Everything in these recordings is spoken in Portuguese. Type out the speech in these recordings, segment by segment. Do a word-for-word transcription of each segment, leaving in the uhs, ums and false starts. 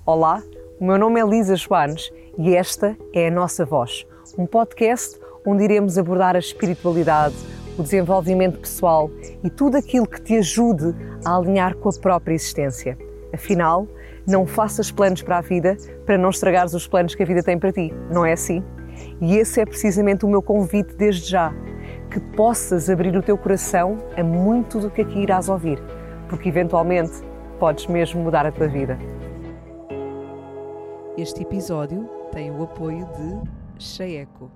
Olá, o meu nome é Lisa Joanes e esta é a Nossa Voz, um podcast onde iremos abordar a espiritualidade, o desenvolvimento pessoal e tudo aquilo que te ajude a alinhar com a própria existência. Afinal, não faças planos para a vida para não estragares os planos que a vida tem para ti, não é assim? E esse é precisamente o meu convite desde já, que possas abrir o teu coração a muito do que aqui irás ouvir, porque eventualmente podes mesmo mudar a tua vida. Este episódio tem o apoio de Cheeco.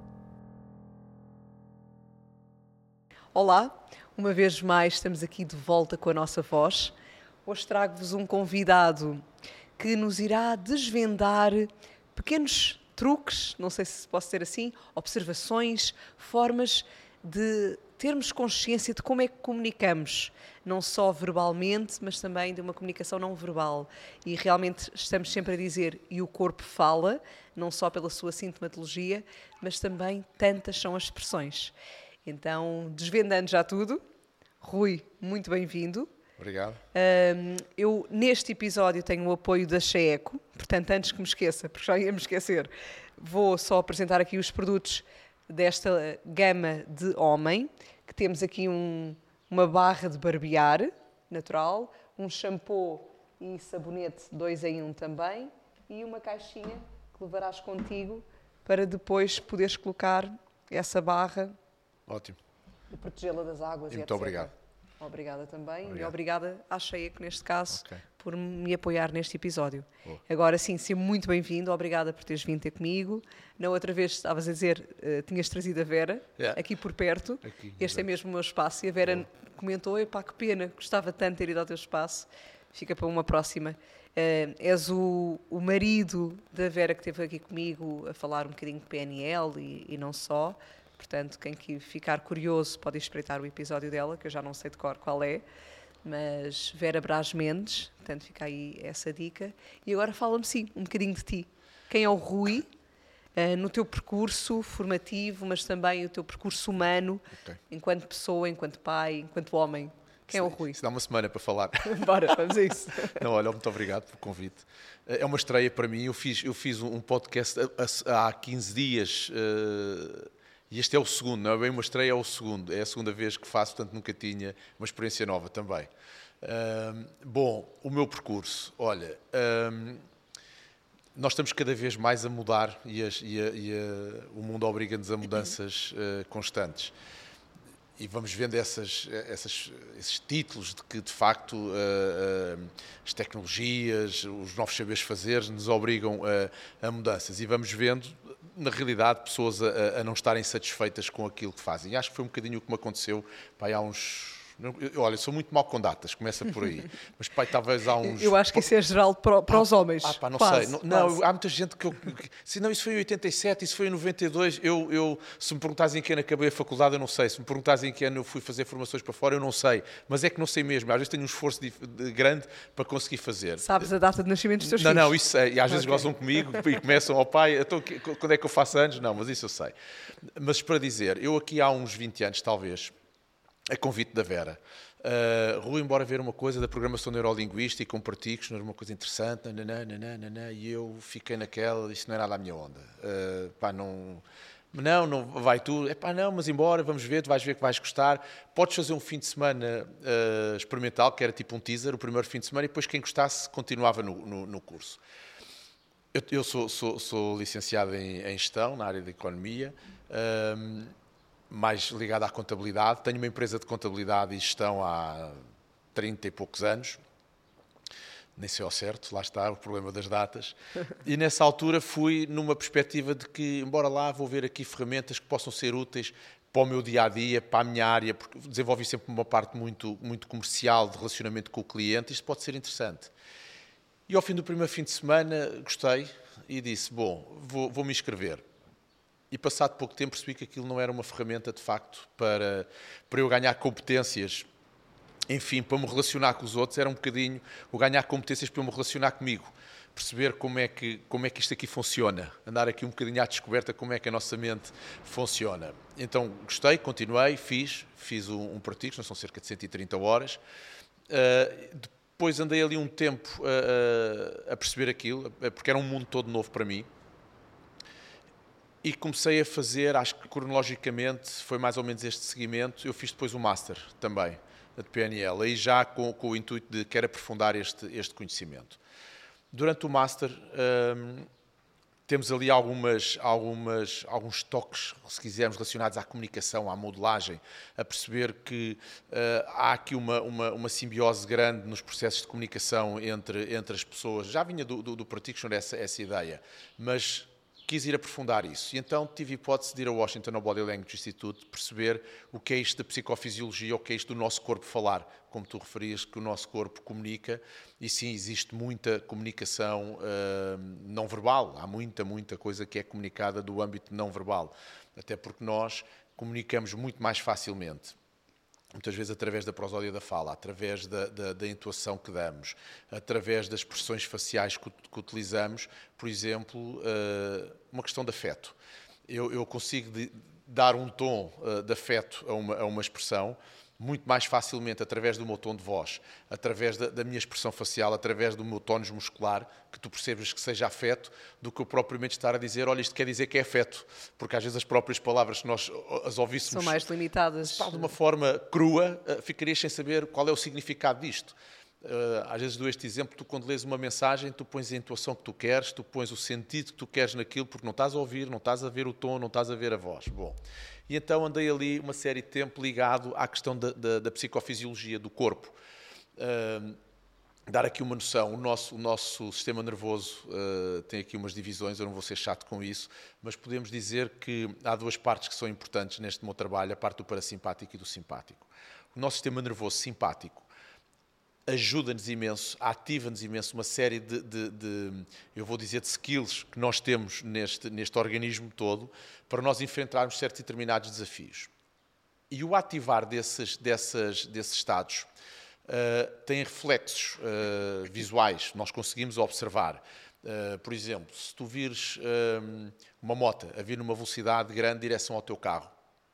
Olá, uma vez mais estamos aqui de volta com a Nossa Voz. Hoje trago-vos um convidado que nos irá desvendar pequenos truques, não sei se posso dizer assim, observações, formas de termos consciência de como é que comunicamos, não só verbalmente, mas também de uma comunicação não verbal. E realmente estamos sempre a dizer, e o corpo fala, não só pela sua sintomatologia, mas também tantas são as expressões. Então, desvendando já tudo, Rui, muito bem-vindo. Obrigado. Um, eu, neste episódio, tenho o apoio da Cheeco, portanto, antes que me esqueça, porque já ia me esquecer, vou só apresentar aqui os produtos desta gama de homem, que temos aqui um, uma barra de barbear natural, um shampoo e sabonete dois em um também, e uma caixinha que levarás contigo para depois poderes colocar essa barra. Ótimo. E protegê-la das águas e, e muito etcétera. obrigado. Obrigada também. Obrigado. E obrigada à Cheeco, neste caso, okay. por me apoiar neste episódio. Boa. Agora sim, ser muito bem-vindo. Obrigada por teres vindo ter comigo. Na outra vez, estavas a dizer, uh, tinhas trazido a Vera, yeah. aqui por perto. Aqui, este exatamente. é mesmo o meu espaço. E a Vera Boa. comentou, epá, que pena, gostava tanto de ter ido ao teu espaço. Fica para uma próxima. Uh, és o, o marido da Vera que esteve aqui comigo a falar um bocadinho de P N L e, e não só. Portanto, quem que ficar curioso pode espreitar o episódio dela, que eu já não sei de cor qual é, mas Vera Brás Mendes, portanto fica aí essa dica. E agora fala-me sim, um bocadinho de ti. Quem é o Rui, uh, no teu percurso formativo, mas também o teu percurso humano, okay. enquanto pessoa, enquanto pai, enquanto homem. Quem isso, é o Rui? Isso dá uma semana para falar. Bora, vamos a isso. Não, olha, muito obrigado pelo convite. É uma estreia para mim. Eu fiz, eu fiz um podcast há quinze dias... Uh, E este é o segundo, não é bem uma estreia, é o segundo. É a segunda vez que faço, portanto nunca tinha uma experiência nova também. Um, bom, o meu percurso. Olha, um, nós estamos cada vez mais a mudar e, as, e, a, e a, o mundo obriga-nos a mudanças uh, constantes. E vamos vendo essas, essas, esses títulos de que, de facto, uh, uh, as tecnologias, os novos saberes fazeres nos obrigam a, a mudanças. E vamos vendo, na realidade, pessoas a, a não estarem satisfeitas com aquilo que fazem. E acho que foi um bocadinho o que me aconteceu pai, há uns... Eu, olha, sou muito mau com datas, começa por aí. Mas pai, talvez há uns... Eu acho que isso é geral para, para os homens. Ah, pá, não quase, sei. Não, quase. não, há muita gente que... Eu, que se não, isso foi em oitenta e sete, isso foi em noventa e dois. Eu, eu, se me perguntares em que ano acabei a faculdade, eu não sei. Se me perguntares em que ano eu fui fazer formações para fora, eu não sei. Mas é que não sei mesmo. Às vezes tenho um esforço de, de, grande para conseguir fazer. Sabes a data de nascimento dos teus não, filhos? Não, não, isso sei. E às vezes okay. gozam comigo e começam ao pai, então, quando é que eu faço anos? Não, mas isso eu sei. Mas para dizer, eu aqui há uns vinte anos, talvez, a convite da Vera, Uh, Rui, embora ver uma coisa da programação neurolinguística com partículas, não era uma coisa interessante, nananã, nananã, e eu fiquei naquela, isso não é nada à minha onda. Uh, pá, não, não, não vai tu, é pá, não, mas embora, vamos ver, tu vais ver que vais gostar. Podes fazer um fim de semana uh, experimental, que era tipo um teaser, o primeiro fim de semana, e depois quem gostasse continuava no, no, no curso. Eu, eu sou, sou, sou licenciado em, em gestão, na área da economia, uh, mais ligado à contabilidade. Tenho uma empresa de contabilidade e gestão há trinta e poucos anos. Nem sei ao certo, lá está o problema das datas. E nessa altura fui numa perspectiva de que, embora lá, vou ver aqui ferramentas que possam ser úteis para o meu dia-a-dia, para a minha área, porque desenvolvi sempre uma parte muito, muito comercial de relacionamento com o cliente, isto pode ser interessante. E ao fim do primeiro fim de semana gostei e disse, bom, vou, vou me inscrever. E passado pouco tempo percebi que aquilo não era uma ferramenta, de facto, para, para eu ganhar competências, enfim, para me relacionar com os outros, era um bocadinho o ganhar competências para eu me relacionar comigo. Perceber como é, que, como é que isto aqui funciona, andar aqui um bocadinho à descoberta como é que a nossa mente funciona. Então, gostei, continuei, fiz, fiz um, um pratico, não são cerca de cento e trinta horas. Uh, Depois andei ali um tempo a, a, a perceber aquilo, porque era um mundo todo novo para mim. E comecei a fazer, acho que cronologicamente foi mais ou menos este seguimento. Eu fiz depois o Master também, de P N L, aí já com, com o intuito de querer aprofundar este, este conhecimento. Durante o Master, hum, temos ali algumas, algumas, alguns toques, se quisermos, relacionados à comunicação, à modelagem, a perceber que uh, há aqui uma, uma, uma simbiose grande nos processos de comunicação entre, entre as pessoas. Já vinha do, do, do Practitioner essa, essa ideia, mas quis ir aprofundar isso. E então tive a hipótese de ir a Washington, ao Body Language Institute, perceber o que é isto da psicofisiologia, o que é isto do nosso corpo falar, como tu referias, que o nosso corpo comunica. E sim, existe muita comunicação uh, não verbal. Há muita, muita coisa que é comunicada do âmbito não verbal. Até porque nós comunicamos muito mais facilmente. Muitas vezes através da prosódia da fala, através da, da, da intuação que damos, através das expressões faciais que, que utilizamos, por exemplo, uh, uma questão de afeto. Eu, eu consigo de, dar um tom uh, de afeto a uma, a uma expressão muito mais facilmente através do meu tom de voz, através da, da minha expressão facial, através do meu tónus muscular, que tu percebes que seja afeto, do que eu propriamente estar a dizer, olha, isto quer dizer que é afeto, porque às vezes as próprias palavras, se nós as ouvíssemos... São mais limitadas. De uma forma crua, ficarias sem saber qual é o significado disto. Às vezes dou este exemplo, tu quando lês uma mensagem, tu pões a intuação que tu queres, tu pões o sentido que tu queres naquilo, porque não estás a ouvir, não estás a ver o tom, não estás a ver a voz. Bom, e então andei ali uma série de tempo ligado à questão da, da, da psicofisiologia do corpo. Uh, dar aqui uma noção, o nosso, o nosso sistema nervoso uh, tem aqui umas divisões, eu não vou ser chato com isso, mas podemos dizer que há duas partes que são importantes neste meu trabalho, a parte do parasimpático e do simpático. O nosso sistema nervoso simpático ajuda-nos imenso, ativa-nos imenso uma série de, de, de, eu vou dizer, de skills que nós temos neste, neste organismo todo para nós enfrentarmos certos e determinados desafios. E o ativar desses, dessas, desses estados uh, tem reflexos uh, visuais, nós conseguimos observar. Uh, por exemplo, se tu vires uh, uma moto a vir numa velocidade grande em direção ao teu carro,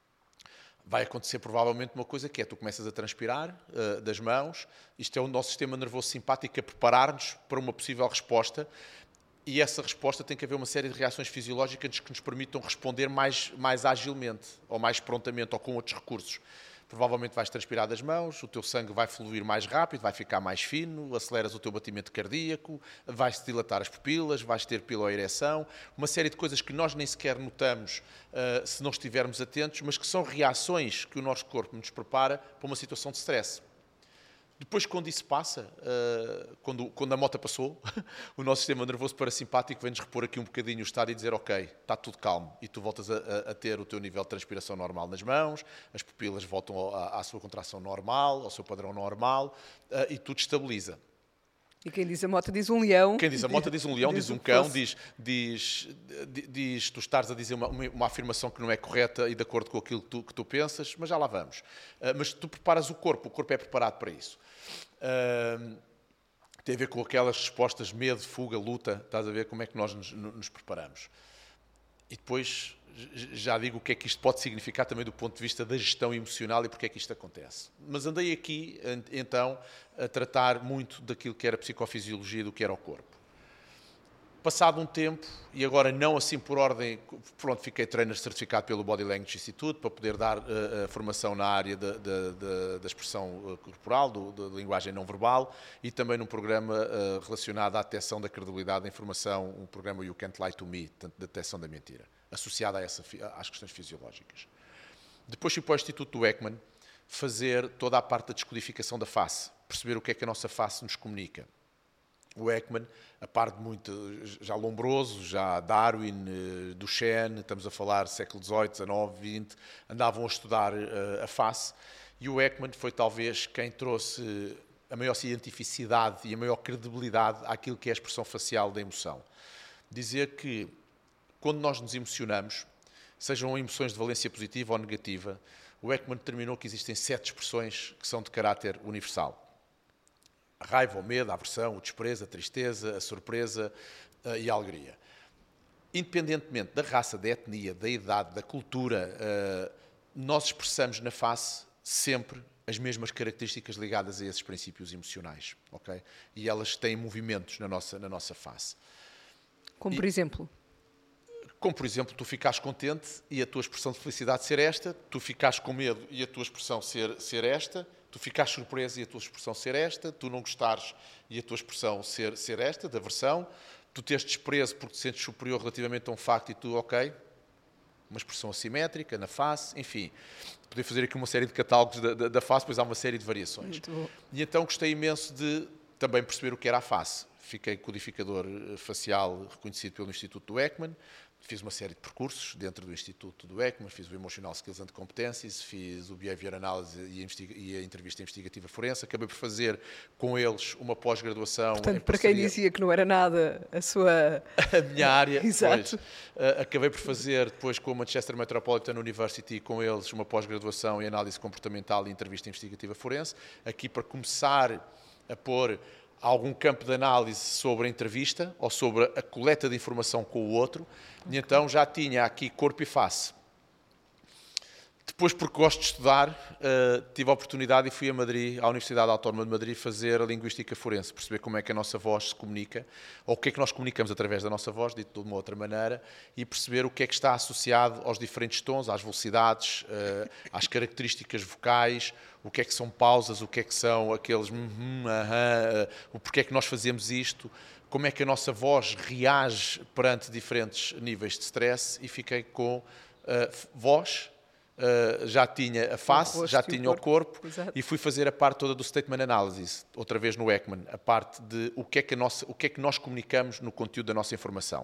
vai acontecer provavelmente uma coisa que é, tu começas a transpirar uh, das mãos, isto é o nosso sistema nervoso simpático a preparar-nos para uma possível resposta, e essa resposta tem que haver uma série de reações fisiológicas que nos permitam responder mais, mais agilmente, ou mais prontamente, ou com outros recursos. Provavelmente vais transpirar das mãos, o teu sangue vai fluir mais rápido, vai ficar mais fino, aceleras o teu batimento cardíaco, vais-te dilatar as pupilas, vais ter piloereção, uma série de coisas que nós nem sequer notamos uh, se não estivermos atentos, mas que são reações que o nosso corpo nos prepara para uma situação de stress. Depois, quando isso passa, uh, quando, quando a moto passou, o nosso sistema nervoso parasimpático vem-nos repor aqui um bocadinho o estado e dizer, ok, está tudo calmo. E tu voltas a, a ter o teu nível de transpiração normal nas mãos, as pupilas voltam à, à sua contração normal, ao seu padrão normal, uh, e tudo estabiliza. E quem diz a moto diz um leão. Quem diz a moto diz um leão, diz, diz um cão, diz, diz, diz, diz... Tu estás a dizer uma, uma afirmação que não é correta e de acordo com aquilo que tu, que tu pensas, mas já lá vamos. Uh, mas tu preparas o corpo, o corpo é preparado para isso. Uh, tem a ver com aquelas respostas medo, fuga, luta, estás a ver como é que nós nos, nos preparamos. E depois já digo o que é que isto pode significar também do ponto de vista da gestão emocional e porque é que isto acontece. Mas andei aqui, então, a tratar muito daquilo que era a psicofisiologia e do que era o corpo. Passado um tempo, e agora não assim por ordem, pronto, fiquei trainer certificado pelo Body Language Institute para poder dar uh, a formação na área da, da, da, da expressão corporal, do, da linguagem não verbal, e também num programa uh, relacionado à detecção da credibilidade da informação, um programa You Can't Lie to Me, de detecção da mentira, associado a essa, às questões fisiológicas. Depois fui para o Instituto do Ekman fazer toda a parte da descodificação da face, perceber o que é que a nossa face nos comunica. O Ekman, a par de muito, já Lombroso, já Darwin, Duchenne, estamos a falar século dezoito, dezanove, vinte, andavam a estudar uh, a face, e o Ekman foi talvez quem trouxe a maior cientificidade e a maior credibilidade àquilo que é a expressão facial da emoção. Dizer que, quando nós nos emocionamos, sejam emoções de valência positiva ou negativa, o Ekman determinou que existem sete expressões que são de caráter universal. A raiva, o medo, a aversão, o desprezo, a tristeza, a surpresa uh, e a alegria. Independentemente da raça, da etnia, da idade, da cultura, uh, nós expressamos na face sempre as mesmas características ligadas a esses princípios emocionais, ok? E elas têm movimentos na nossa, na nossa face. Como E, por exemplo? Como, por exemplo, tu ficares contente e a tua expressão de felicidade ser esta, tu ficares com medo e a tua expressão ser, ser esta, tu ficares surpreso e a tua expressão ser esta, tu não gostares e a tua expressão ser, ser esta, de aversão, tu teres desprezo porque te sentes superior relativamente a um facto e tu, ok, uma expressão assimétrica, na face, enfim. Poder fazer aqui uma série de catálogos da, da, da face, pois há uma série de variações. E então gostei imenso de também perceber o que era a face. Fiquei codificador facial reconhecido pelo Instituto do Ekman, fiz uma série de percursos dentro do Instituto do Ekman, fiz o Emotional Skills and Competencies, fiz o Behavior Analysis e a, investiga- e a entrevista investigativa forense, acabei por fazer com eles uma pós-graduação. Portanto, para quem dizia que não era nada a sua... a minha área, Exato. Pois, uh, acabei por fazer depois com a Manchester Metropolitan University, com eles uma pós-graduação em análise comportamental e entrevista investigativa forense, aqui para começar a pôr algum campo de análise sobre a entrevista ou sobre a coleta de informação com o outro, okay. E então já tinha aqui corpo e face. Depois, porque gosto de estudar, uh, tive a oportunidade e fui a Madrid, à Universidade Autónoma de Madrid, fazer a linguística forense, perceber como é que a nossa voz se comunica, ou o que é que nós comunicamos através da nossa voz, dito de uma outra maneira, e perceber o que é que está associado aos diferentes tons, às velocidades, uh, às características vocais, o que é que são pausas, o que é que são aqueles uhum, aham, uh, o porquê é que nós fazemos isto, como é que a nossa voz reage perante diferentes níveis de stress, e fiquei com uh, voz. Uh, já tinha a face, já tinha o corpo, o corpo e fui fazer a parte toda do Statement Analysis, outra vez no Ekman, a parte de o que é que, a nossa, o que é que nós comunicamos no conteúdo da nossa informação.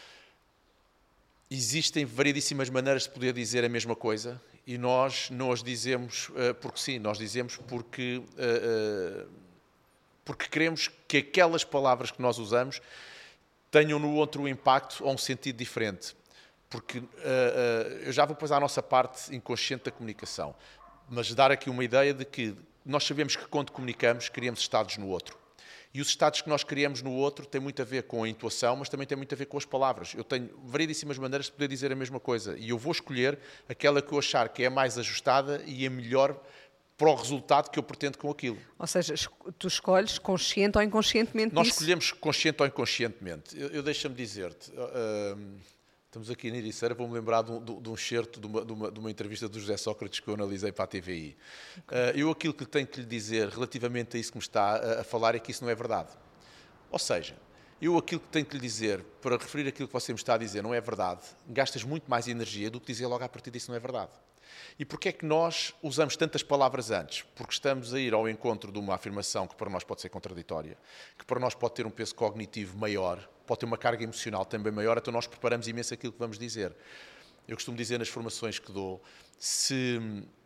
Existem variedíssimas maneiras de poder dizer a mesma coisa e nós não as dizemos uh, porque sim, nós dizemos porque, uh, uh, porque queremos que aquelas palavras que nós usamos tenham no outro um impacto ou um sentido diferente. Porque uh, uh, eu já vou depois à nossa parte inconsciente da comunicação, mas dar aqui uma ideia de que nós sabemos que quando comunicamos criamos estados no outro. E os estados que nós criamos no outro têm muito a ver com a intuação, mas também têm muito a ver com as palavras. Eu tenho variedíssimas maneiras de poder dizer a mesma coisa e eu vou escolher aquela que eu achar que é mais ajustada e é melhor para o resultado que eu pretendo com aquilo. Ou seja, tu escolhes consciente ou inconscientemente Nós isso? escolhemos consciente ou inconscientemente. Eu, eu deixa-me dizer-te... Uh, Estamos aqui na Ericeira, vou-me lembrar de um, de um excerto de uma, de, uma, de uma entrevista do José Sócrates que eu analisei para a T V I. Okay. Uh, eu aquilo que tenho que lhe dizer relativamente a isso que me está a, a falar é que isso não é verdade. Ou seja, eu aquilo que tenho que lhe dizer, para referir aquilo que você me está a dizer, não é verdade, gastas muito mais energia do que dizer logo a partir disso não é verdade. E porquê é que nós usamos tantas palavras antes? Porque estamos a ir ao encontro de uma afirmação que para nós pode ser contraditória, que para nós pode ter um peso cognitivo maior, pode ter uma carga emocional também maior, então nós preparamos imenso aquilo que vamos dizer. Eu costumo dizer nas formações que dou, se,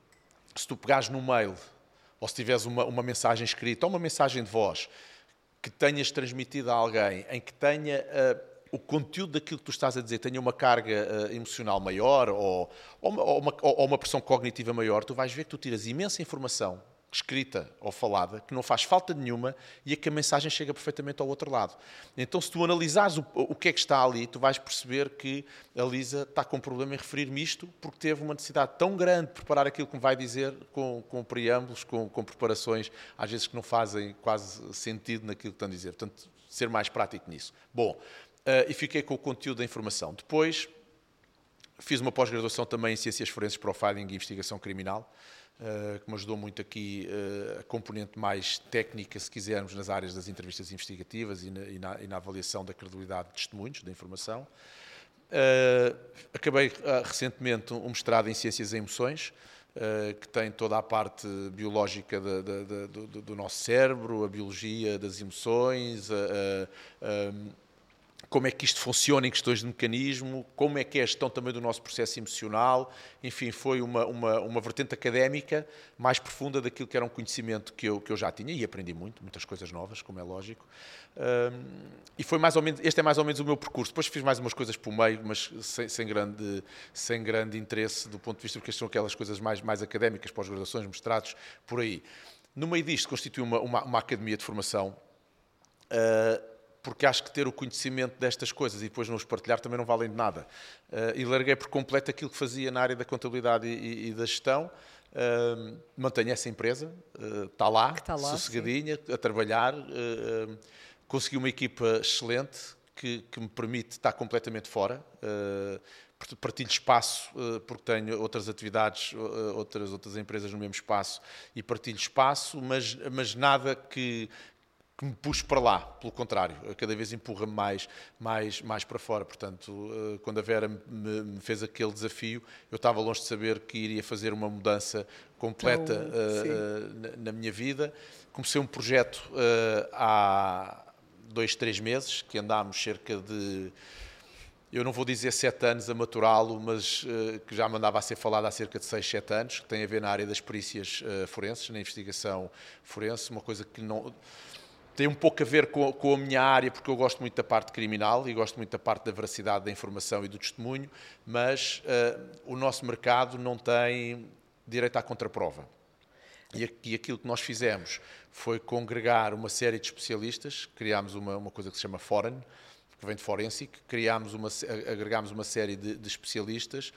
se tu pegares num mail, ou se tiveres uma, uma mensagem escrita, ou uma mensagem de voz, que tenhas transmitido a alguém, em que tenha... Uh, o conteúdo daquilo que tu estás a dizer tenha uma carga uh, emocional maior ou, ou, uma, ou, uma, ou uma pressão cognitiva maior, tu vais ver que tu tiras imensa informação, escrita ou falada, que não faz falta nenhuma e é que a mensagem chega perfeitamente ao outro lado. Então, se tu analisares o, o que é que está ali, tu vais perceber que a Lisa está com um problema em referir-me isto porque teve uma necessidade tão grande de preparar aquilo que me vai dizer com, com preâmbulos, com, com preparações, às vezes que não fazem quase sentido naquilo que estão a dizer. Portanto, ser mais prático nisso. Bom, Uh, e fiquei com o conteúdo da informação. Depois, fiz uma pós-graduação também em Ciências Forenses, Profiling e Investigação Criminal, uh, que me ajudou muito aqui uh, a componente mais técnica, se quisermos, nas áreas das entrevistas investigativas e na, e na, e na avaliação da credibilidade de testemunhos, da informação. Uh, acabei uh, recentemente um mestrado em Ciências e Emoções, Uh, que tem toda a parte biológica de, de, de, do, do nosso cérebro, a biologia das emoções, a, a, a, como é que isto funciona em questões de mecanismo, como é que é a gestão também do nosso processo emocional. Enfim, foi uma, uma, uma vertente académica mais profunda daquilo que era um conhecimento que eu, que eu já tinha e aprendi muito, muitas coisas novas, como é lógico. Um, e foi mais ou menos, este é mais ou menos o meu percurso. Depois fiz mais umas coisas por meio, mas sem, sem, grande, sem grande interesse do ponto de vista, porque são aquelas coisas mais, mais académicas, pós-graduações, mestrados, por aí. No meio disto constitui uma, uma, uma academia de formação, uh, porque acho que ter o conhecimento destas coisas e depois não os partilhar também não valem de nada. Uh, e larguei por completo aquilo que fazia na área da contabilidade e, e, e da gestão, Uh, mantenho essa empresa, uh, está lá, Que está lá, sossegadinha, sim. A trabalhar. Uh, uh, consegui uma equipa excelente que, que me permite estar completamente fora. Uh, partilho espaço, uh, porque tenho outras atividades, uh, outras, outras empresas no mesmo espaço, e partilho espaço, mas, mas nada que... que me puxe para lá, pelo contrário, cada vez empurra-me mais, mais, mais para fora. Portanto, quando a Vera me, me fez aquele desafio, eu estava longe de saber que iria fazer uma mudança completa então, uh, na, na minha vida. Comecei um projeto uh, há dois, três meses, que andámos cerca de... Eu não vou dizer sete anos a maturá-lo, mas uh, que já me andava a ser falado há cerca de seis, sete anos, que tem a ver na área das perícias uh, forenses, na investigação forense, uma coisa que não... Tem um pouco a ver com, com a minha área, porque eu gosto muito da parte criminal e gosto muito da parte da veracidade da informação e do testemunho, mas uh, o nosso mercado não tem direito à contraprova. E, e aquilo que nós fizemos foi congregar uma série de especialistas, criámos uma, uma coisa que se chama Foren, que vem de Forensic, criámos uma, agregámos uma série de, de especialistas,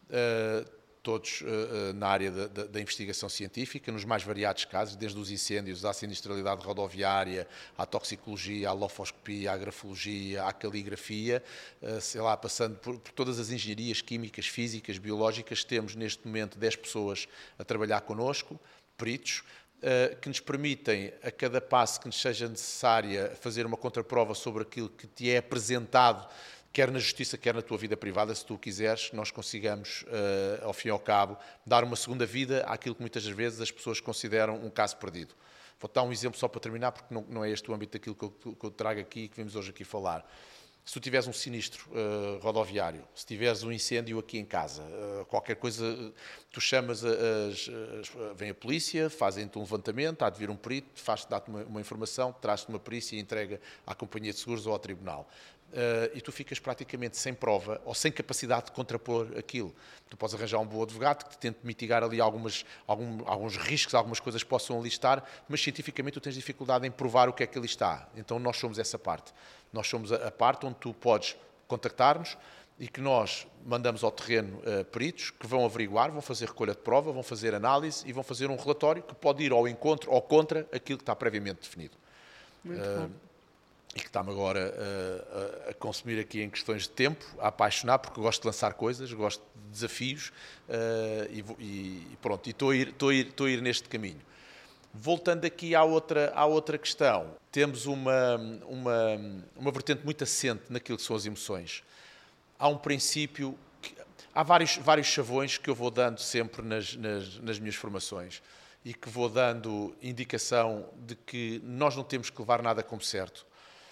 uh, todos uh, na área da, da, da investigação científica, nos mais variados casos, desde os incêndios à sinistralidade rodoviária, à toxicologia, à lofoscopia, à grafologia, à caligrafia, uh, sei lá, passando por, por todas as engenharias químicas, físicas, biológicas. Temos neste momento dez pessoas a trabalhar connosco, peritos, uh, que nos permitem, a cada passo que nos seja necessária, fazer uma contraprova sobre aquilo que te é apresentado, quer na justiça, quer na tua vida privada, se tu quiseres, nós consigamos, uh, ao fim e ao cabo, dar uma segunda vida àquilo que muitas das vezes as pessoas consideram um caso perdido. Vou dar um exemplo só para terminar, porque não, não é este o âmbito daquilo que eu, que eu trago aqui e que vimos hoje aqui falar. Se tu tiveres um sinistro uh, rodoviário, se tiveres um incêndio aqui em casa, uh, qualquer coisa, tu chamas, as, as, vem a polícia, fazem-te um levantamento, há de vir um perito, faz-te, dá-te uma, uma informação, traz-te uma perícia e entrega à companhia de seguros ou ao tribunal. Uh, e tu ficas praticamente sem prova ou sem capacidade de contrapor aquilo. Tu podes arranjar um bom advogado que te tente mitigar ali algumas, algum, alguns riscos, algumas coisas que possam ali estar, mas cientificamente tu tens dificuldade em provar o que é que ali está. Então nós somos essa parte. Nós somos a, a parte onde tu podes contactar-nos e que nós mandamos ao terreno uh, peritos que vão averiguar, vão fazer recolha de prova, vão fazer análise e vão fazer um relatório que pode ir ao encontro ou contra aquilo que está previamente definido. Muito uh, bom. E que está-me agora uh, a, a consumir aqui em questões de tempo, a apaixonar, porque eu gosto de lançar coisas, gosto de desafios uh, e, e pronto, e estou a ir, estou a ir, estou a ir neste caminho. Voltando aqui à outra, à outra questão, temos uma, uma, uma vertente muito assente naquilo que são as emoções. Há um princípio, que, há vários, vários chavões que eu vou dando sempre nas, nas, nas minhas formações e que vou dando indicação de que nós não temos que levar nada como certo.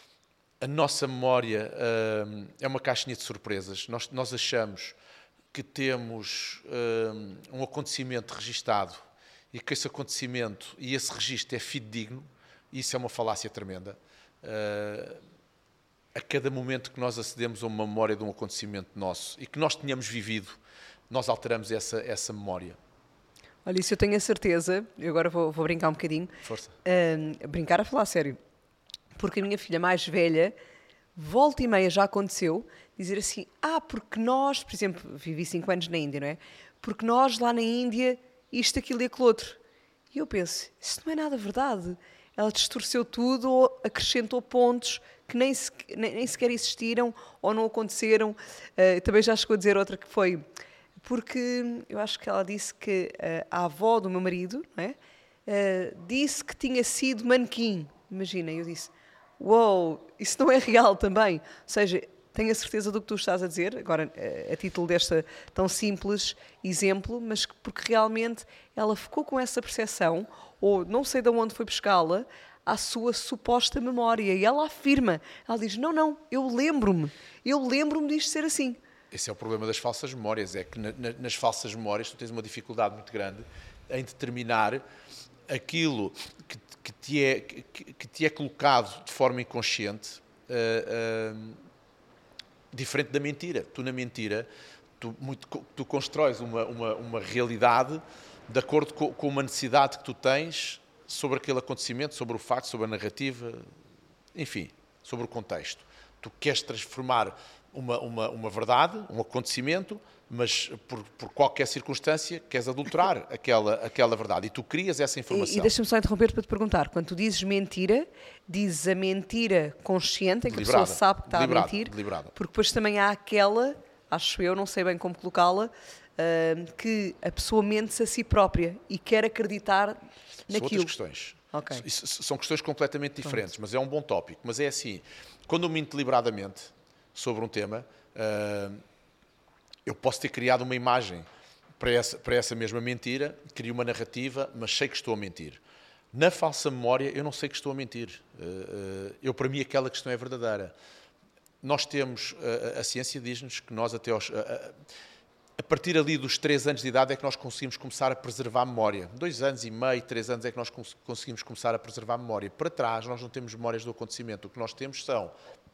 A nossa memória uh, é uma caixinha de surpresas. Nós, nós achamos que temos uh, um acontecimento registado e que esse acontecimento e esse registro é fidedigno. Isso é uma falácia tremenda. Uh, a cada momento que nós acedemos a uma memória de um acontecimento nosso e que nós tenhamos vivido, nós alteramos essa, essa memória. Olha, isso eu tenho a certeza. Eu agora vou, vou brincar um bocadinho. Força. Uh, brincar a falar sério. Porque a minha filha mais velha, volta e meia já aconteceu, dizer assim, ah, porque nós, por exemplo, vivi cinco anos na Índia, não é? Porque nós lá na Índia, isto, aquilo e aquilo outro. E eu penso, isso não é nada verdade. Ela distorceu tudo ou acrescentou pontos que nem, se, nem, nem sequer existiram ou não aconteceram. Uh, também já chegou a dizer outra que foi, porque eu acho que ela disse que uh, a avó do meu marido, não é? Uh, disse que tinha sido manequim. Imagina, eu disse... Uou, isso não é real também. Ou seja, tenho a certeza do que tu estás a dizer, agora a título desta tão simples exemplo, mas porque realmente ela ficou com essa percepção, ou não sei de onde foi buscá-la, à sua suposta memória. E ela afirma, ela diz, não, não, eu lembro-me, eu lembro-me disto ser assim. Esse é o problema das falsas memórias, é que na, na, nas falsas memórias tu tens uma dificuldade muito grande em determinar aquilo que, que, te é, que, que te é colocado de forma inconsciente, uh, uh, diferente da mentira. Tu, na mentira, tu, muito, tu constróis uma, uma, uma realidade de acordo com, com uma necessidade que tu tens sobre aquele acontecimento, sobre o facto, sobre a narrativa, enfim, sobre o contexto. Tu queres transformar uma, uma, uma verdade, um acontecimento, mas por, por qualquer circunstância queres adulterar aquela, aquela verdade e tu crias essa informação. E, e deixa-me só interromper para te perguntar, quando tu dizes mentira, dizes a mentira consciente, em que Deliberada. a pessoa sabe que está Deliberada. a mentir, Deliberada. porque depois também há aquela, acho eu, não sei bem como colocá-la, uh, que a pessoa mente-se a si própria e quer acreditar São naquilo. outras questões. Okay. Isso, são questões completamente diferentes, mas é um bom tópico. Mas é assim, quando eu minto deliberadamente sobre um tema, uh, eu posso ter criado uma imagem para essa, para essa mesma mentira, crio uma narrativa, mas sei que estou a mentir. Na falsa memória, eu não sei que estou a mentir. Uh, uh, eu, para mim, aquela questão é verdadeira. Nós temos, uh, a ciência diz-nos que nós até aos... Uh, uh, A partir ali dos três anos de idade é que nós conseguimos começar a preservar a memória. Dois anos e meio, três anos é que nós conseguimos começar a preservar a memória. Para trás, nós não temos memórias do acontecimento. O que nós temos são...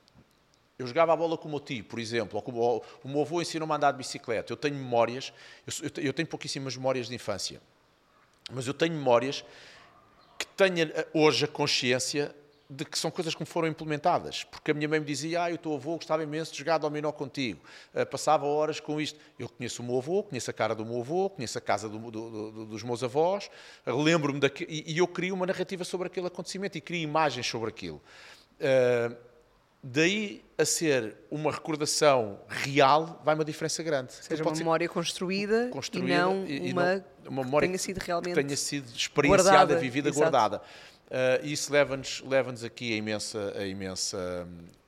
Eu jogava a bola com o meu tio, por exemplo, ou como o meu avô ensinou-me a andar de bicicleta. Eu tenho memórias, eu, eu tenho pouquíssimas memórias de infância, mas eu tenho memórias que tenho hoje a consciência de que são coisas que me foram implementadas. Porque a minha mãe me dizia, ah, o teu avô gostava imenso de jogar dominó contigo. Uh, passava horas com isto. Eu conheço o meu avô, conheço a cara do meu avô, conheço a casa do, do, do, dos meus avós, lembro-me daquilo, e, e eu crio uma narrativa sobre aquele acontecimento e crio imagens sobre aquilo. Uh, daí a ser uma recordação real, vai uma diferença grande. Ou seja, uma memória construída, construída e não e, e uma, não, uma memória que tenha sido realmente que tenha sido experienciada, guardada, vivida, exato. guardada. Uh, isso leva-nos leva-nos aqui a, imensa, a, imensa,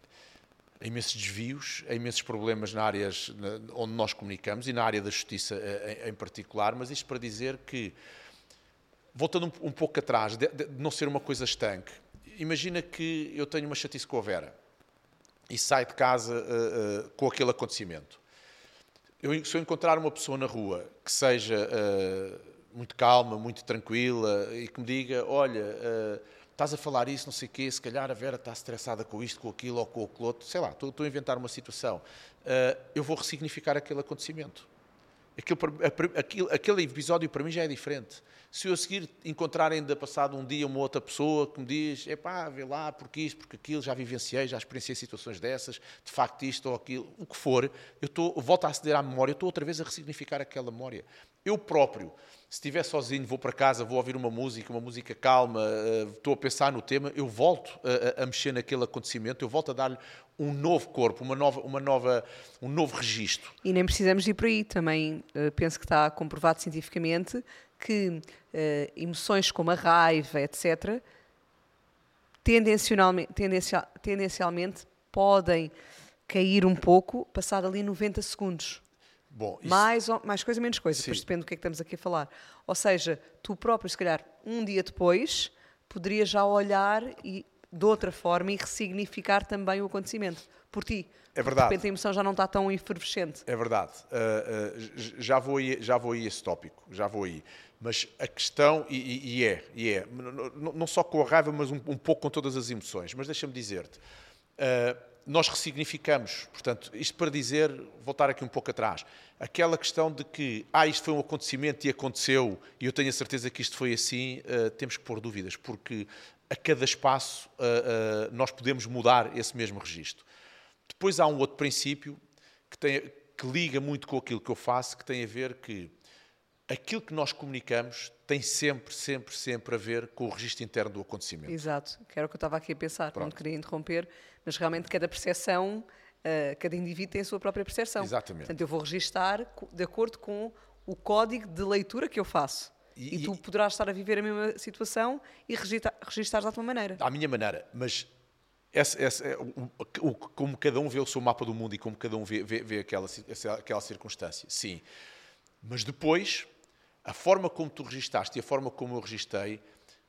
a imensos desvios, a imensos problemas na áreas na, onde nós comunicamos e na área da justiça em, em particular, mas isto para dizer que, voltando um, um pouco atrás, de, de não ser uma coisa estanque, imagina que eu tenho uma chatice com a Vera e saio de casa uh, uh, com aquele acontecimento. Eu, se eu encontrar uma pessoa na rua que seja... Uh, muito calma, muito tranquila, e que me diga, olha, uh, estás a falar isso, não sei o quê, se calhar a Vera está estressada com isto, com aquilo, ou com aquilo outro, sei lá, estou, estou a inventar uma situação. Uh, eu vou ressignificar aquele acontecimento. Aquilo, aquilo, aquele episódio para mim já é diferente. Se eu a seguir encontrar ainda passado um dia uma outra pessoa que me diz, epá, vê lá, porque isto, porque aquilo, já vivenciei, já experienciei situações dessas, de facto isto ou aquilo, o que for, eu estou, volto a aceder à memória, eu estou outra vez a ressignificar aquela memória. Eu próprio, se estiver sozinho, vou para casa, vou ouvir uma música, uma música calma, uh, estou a pensar no tema, eu volto a, a mexer naquele acontecimento, eu volto a dar-lhe um novo corpo, uma nova, uma nova, um novo registro. E nem precisamos ir por aí. Também uh, penso que está comprovado cientificamente que uh, emoções como a raiva, etcétera, tendencialmente, tendencial, tendencialmente podem cair um pouco, passado ali noventa segundos. Bom, isso... mais, mais coisa, menos coisa, Sim. depois depende do que é que estamos aqui a falar. Ou seja, tu próprio, se calhar, um dia depois, poderias já olhar e, de outra forma e ressignificar também o acontecimento por ti. É verdade. De repente a emoção já não está tão efervescente. É verdade. Uh, uh, já, vou aí, já vou aí esse tópico, já vou aí. Mas a questão, e, e, e é, e é não, não só com a raiva, mas um, um pouco com todas as emoções, mas deixa-me dizer-te, uh, nós ressignificamos, portanto, isto para dizer, voltar aqui um pouco atrás, aquela questão de que, ah, isto foi um acontecimento e aconteceu, e eu tenho a certeza que isto foi assim, uh, temos que pôr dúvidas, porque a cada espaço uh, uh, nós podemos mudar esse mesmo registro. Depois há um outro princípio que, tem, que liga muito com aquilo que eu faço, que tem a ver que aquilo que nós comunicamos tem sempre, sempre, sempre a ver com o registro interno do acontecimento. Exato, que era o que eu estava aqui a pensar, Pronto. Não queria interromper, mas realmente cada percepção, uh, cada indivíduo tem a sua própria percepção. Exatamente. Portanto, eu vou registar de acordo com o código de leitura que eu faço. E, e tu poderás estar a viver a mesma situação e registar, registares à tua maneira. À minha maneira, mas essa, essa, o, o, como cada um vê o seu mapa do mundo e como cada um vê, vê, vê aquela, aquela circunstância, sim. Mas depois, a forma como tu registaste e a forma como eu registei,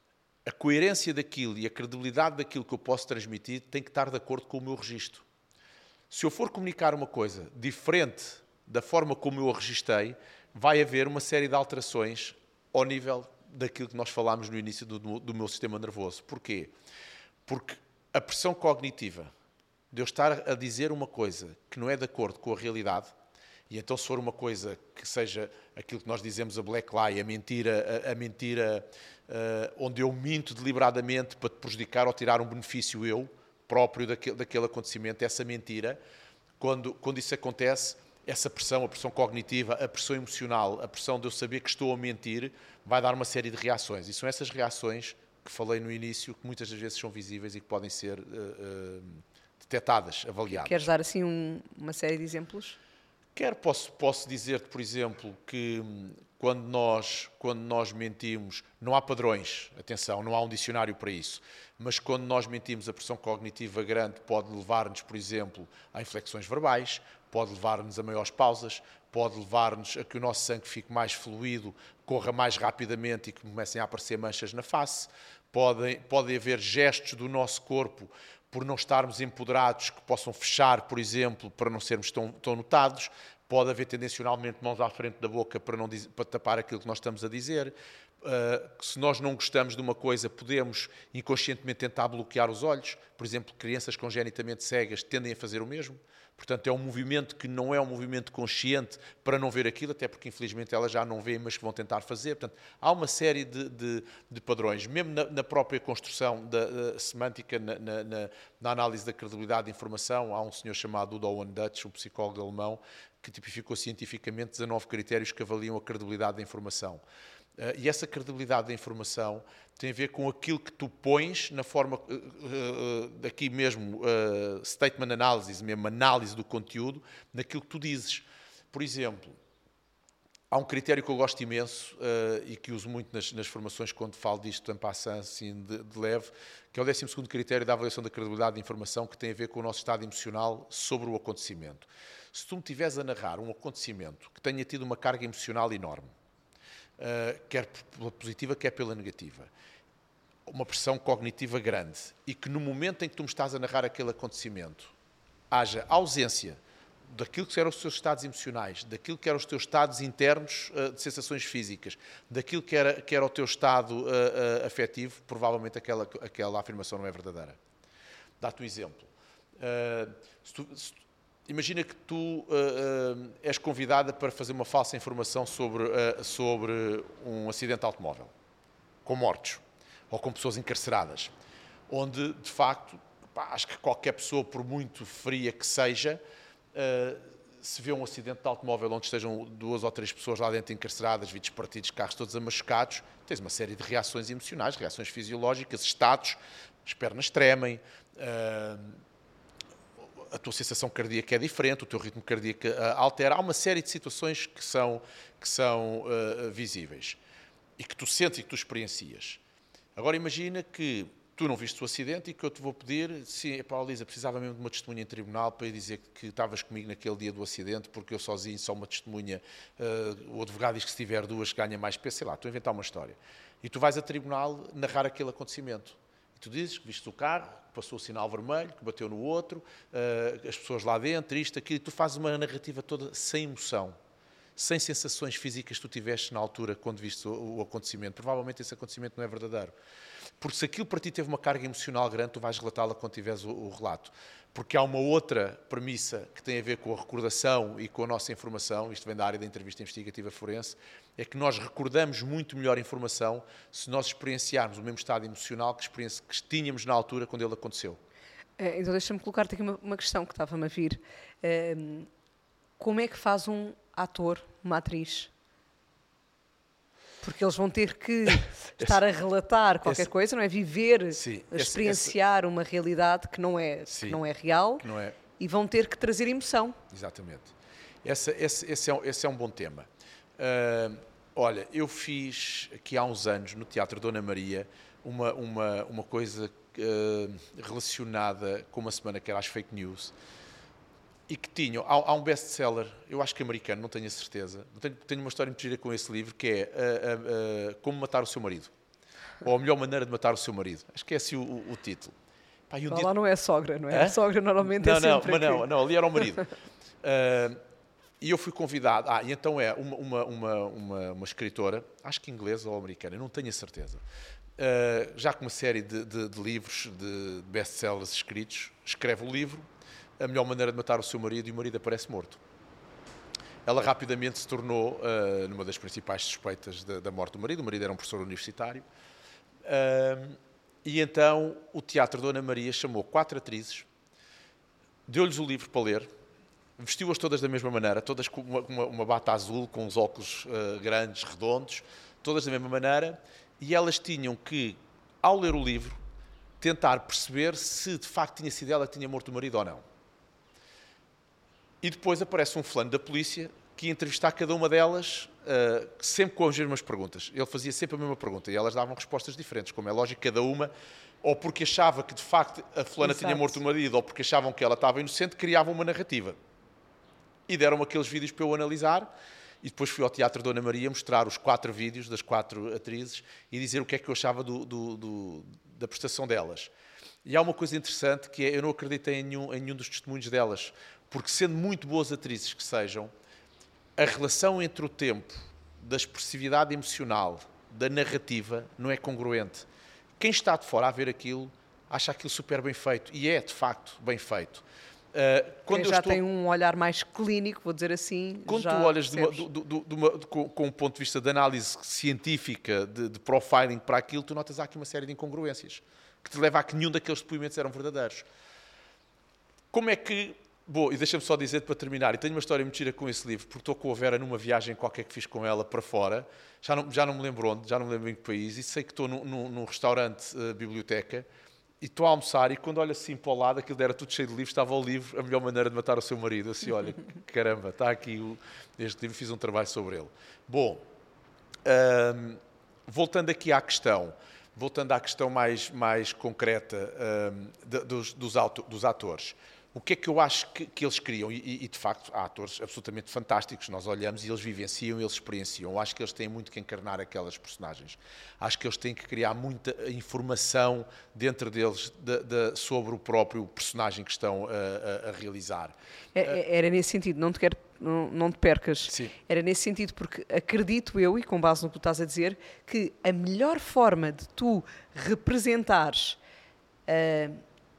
a coerência daquilo e a credibilidade daquilo que eu posso transmitir tem que estar de acordo com o meu registro. Se eu for comunicar uma coisa diferente da forma como eu a registrei, vai haver uma série de alterações ao nível daquilo que nós falámos no início do, do meu sistema nervoso. Porquê? Porque a pressão cognitiva de eu estar a dizer uma coisa que não é de acordo com a realidade, e então se for uma coisa que seja aquilo que nós dizemos a black lie, a mentira, a, a mentira uh, onde eu minto deliberadamente para te prejudicar ou tirar um benefício eu próprio daquele, daquele acontecimento, essa mentira, Quando, quando isso acontece, essa pressão, a pressão cognitiva, a pressão emocional, a pressão de eu saber que estou a mentir, vai dar uma série de reações. E são essas reações que falei no início, que muitas das vezes são visíveis e que podem ser uh, uh, detectadas, avaliadas. Queres dar assim um, uma série de exemplos? Quer posso, posso dizer-te, por exemplo, que quando nós, quando nós mentimos, não há padrões, atenção, não há um dicionário para isso, mas quando nós mentimos, a pressão cognitiva grande pode levar-nos, por exemplo, a inflexões verbais, pode levar-nos a maiores pausas, pode levar-nos a que o nosso sangue fique mais fluido, corra mais rapidamente e que comecem a aparecer manchas na face, pode, pode haver gestos do nosso corpo por não estarmos empoderados, que possam fechar, por exemplo, para não sermos tão, tão notados. Pode haver tendencionalmente mãos à frente da boca para, não dizer, para tapar aquilo que nós estamos a dizer. Uh, se nós não gostamos de uma coisa, podemos inconscientemente tentar bloquear os olhos. Por exemplo, crianças congenitamente cegas tendem a fazer o mesmo. Portanto, é um movimento que não é um movimento consciente para não ver aquilo, até porque infelizmente elas já não veem, mas que vão tentar fazer. Portanto, há uma série de, de, de padrões, mesmo na, na própria construção da, da semântica, na, na, na análise da credibilidade de informação. Há um senhor chamado Udo Owen Dutch, um psicólogo alemão, que tipificou cientificamente dezanove critérios que avaliam a credibilidade da informação. Uh, e essa credibilidade da informação tem a ver com aquilo que tu pões na forma, uh, uh, daqui mesmo, uh, statement analysis, mesmo análise do conteúdo, naquilo que tu dizes. Por exemplo, há um critério que eu gosto imenso uh, e que uso muito nas, nas formações quando falo disto em passant, assim, de, de leve, que é o décimo segundo critério da avaliação da credibilidade da informação, que tem a ver com o nosso estado emocional sobre o acontecimento. Se tu me estiveres a narrar um acontecimento que tenha tido uma carga emocional enorme, Uh, quer pela positiva, quer pela negativa, uma pressão cognitiva grande, e que no momento em que tu me estás a narrar aquele acontecimento haja ausência daquilo que eram os teus estados emocionais, daquilo que eram os teus estados internos uh, de sensações físicas, daquilo que era, que era o teu estado uh, uh, afetivo, provavelmente aquela, aquela afirmação não é verdadeira. Dá-te um exemplo. Uh, se tu, se Imagina que tu uh, uh, és convidada para fazer uma falsa informação sobre, uh, sobre um acidente de automóvel, com mortos, ou com pessoas encarceradas, onde, de facto, pá, acho que qualquer pessoa, por muito fria que seja, uh, se vê um acidente de automóvel onde estejam duas ou três pessoas lá dentro encarceradas, vidros partidos, carros todos amachucados, tens uma série de reações emocionais, reações fisiológicas, estados, as pernas tremem, uh, a tua sensação cardíaca é diferente, o teu ritmo cardíaco altera. Há uma série de situações que são, que são uh, visíveis e que tu sentes e que tu experiencias. Agora imagina que tu não viste o acidente e que eu te vou pedir, sim, Paulo Lisa, precisava mesmo de uma testemunha em tribunal para eu dizer que estavas comigo naquele dia do acidente, porque eu sozinho, só uma testemunha, uh, o advogado diz que se tiver duas ganha mais peso, sei lá, estou a inventar uma história. E tu vais a tribunal narrar aquele acontecimento. Tu dizes que viste o carro, que passou o sinal vermelho, que bateu no outro, uh, as pessoas lá dentro, isto, aquilo, e tu fazes uma narrativa toda sem emoção, sem sensações físicas que tu tiveste na altura quando viste o, o acontecimento. Provavelmente esse acontecimento não é verdadeiro. Porque se aquilo para ti teve uma carga emocional grande, tu vais relatá-la quando tiveres o, o relato. Porque há uma outra premissa que tem a ver com a recordação e com a nossa informação, isto vem da área da entrevista investigativa forense, é que nós recordamos muito melhor a informação se nós experienciarmos o mesmo estado emocional que, que tínhamos na altura quando ele aconteceu. Então deixa-me colocar-te aqui uma, uma questão que estava-me a vir. Um, como é que faz um ator, uma atriz? Porque eles vão ter que estar a relatar qualquer esse, coisa, não é? Viver, sim, experienciar esse, esse, uma realidade que não é, sim, que não é real, que não é... e vão ter que trazer emoção. Exatamente. Esse, esse, esse, é, um, esse é um bom tema. Uh, olha, eu fiz aqui há uns anos, no Teatro Dona Maria, uma, uma, uma coisa uh, relacionada com uma semana que era as fake news, e que tinham, há, há um best-seller, eu acho que americano, não tenho a certeza, tenho, tenho uma história muito gira com esse livro, que é uh, uh, uh, Como Matar o Seu Marido, ou A Melhor Maneira de Matar o Seu Marido. Acho que é esse o, o, o título. Pá, um dia... Lá não é a sogra, não é? Hã? A sogra normalmente não, é sempre Não, mas não, não, ali era o marido. uh, e eu fui convidado, ah, e então é uma, uma, uma, uma, uma escritora, acho que inglesa ou americana, não tenho a certeza, uh, já com uma série de, de, de livros, de best-sellers escritos, escreve o livro, A Melhor Maneira de Matar o Seu Marido, e o marido aparece morto. Ela rapidamente se tornou uh, numa das principais suspeitas da, da morte do marido. O marido era um professor universitário. Uh, e então o Teatro Dona Maria chamou quatro atrizes, deu-lhes o livro para ler, vestiu-as todas da mesma maneira, todas com uma, uma, uma bata azul, com os óculos uh, grandes, redondos, todas da mesma maneira, e elas tinham que, ao ler o livro, tentar perceber se de facto tinha sido ela que tinha morto o marido ou não. E depois aparece um fulano da polícia que ia entrevistar cada uma delas, uh, sempre com as mesmas perguntas. Ele fazia sempre a mesma pergunta e elas davam respostas diferentes, como é lógico, cada uma, ou porque achava que de facto a fulana Exato. tinha morto o marido, ou porque achavam que ela estava inocente, criavam uma narrativa. E deram aqueles vídeos para eu analisar, e depois fui ao Teatro Dona Maria mostrar os quatro vídeos das quatro atrizes e dizer o que é que eu achava do, do, do, da prestação delas. E há uma coisa interessante que é, eu não acreditei em nenhum, em nenhum dos testemunhos delas, porque sendo muito boas atrizes que sejam, a relação entre o tempo, da expressividade emocional, da narrativa, não é congruente. Quem está de fora a ver aquilo, acha aquilo super bem feito, e é, de facto, bem feito. Uh, quando Quem já eu estou... tem um olhar mais clínico, vou dizer assim, Quando já tu olhas de uma, percebes. de, de, de uma, de, com, com um ponto de vista de análise científica, de, de profiling para aquilo, tu notas aqui uma série de incongruências, que te leva a que nenhum daqueles depoimentos eram verdadeiros. Como é que... Bom, e deixa-me só dizer para terminar, e tenho uma história muito gira com esse livro, porque estou com a Vera numa viagem qualquer que fiz com ela para fora, já não, já não me lembro onde, já não me lembro em que país, e sei que estou num, num, num restaurante, uh, biblioteca, e estou a almoçar, e quando olho assim para o lado, aquilo era tudo cheio de livros, estava o livro A Melhor Maneira de Matar o Seu Marido. Eu assim, olha, caramba, está aqui o, este livro, fiz um trabalho sobre ele. Bom, hum, voltando aqui à questão, voltando à questão mais, mais concreta hum, de, dos, dos, auto, dos atores, o que é que eu acho que, que eles queriam? E, e, de facto, há atores absolutamente fantásticos, nós olhamos e eles vivenciam, eles experienciam. Eu acho que eles têm muito que encarnar aquelas personagens. Acho que eles têm que criar muita informação dentro deles de, de, sobre o próprio personagem que estão a, a, a realizar. É- Era nesse sentido, não te, quero, não, não te percas. Sim. Era nesse sentido, porque acredito eu, e com base no que tu estás a dizer, que a melhor forma de tu representares ah,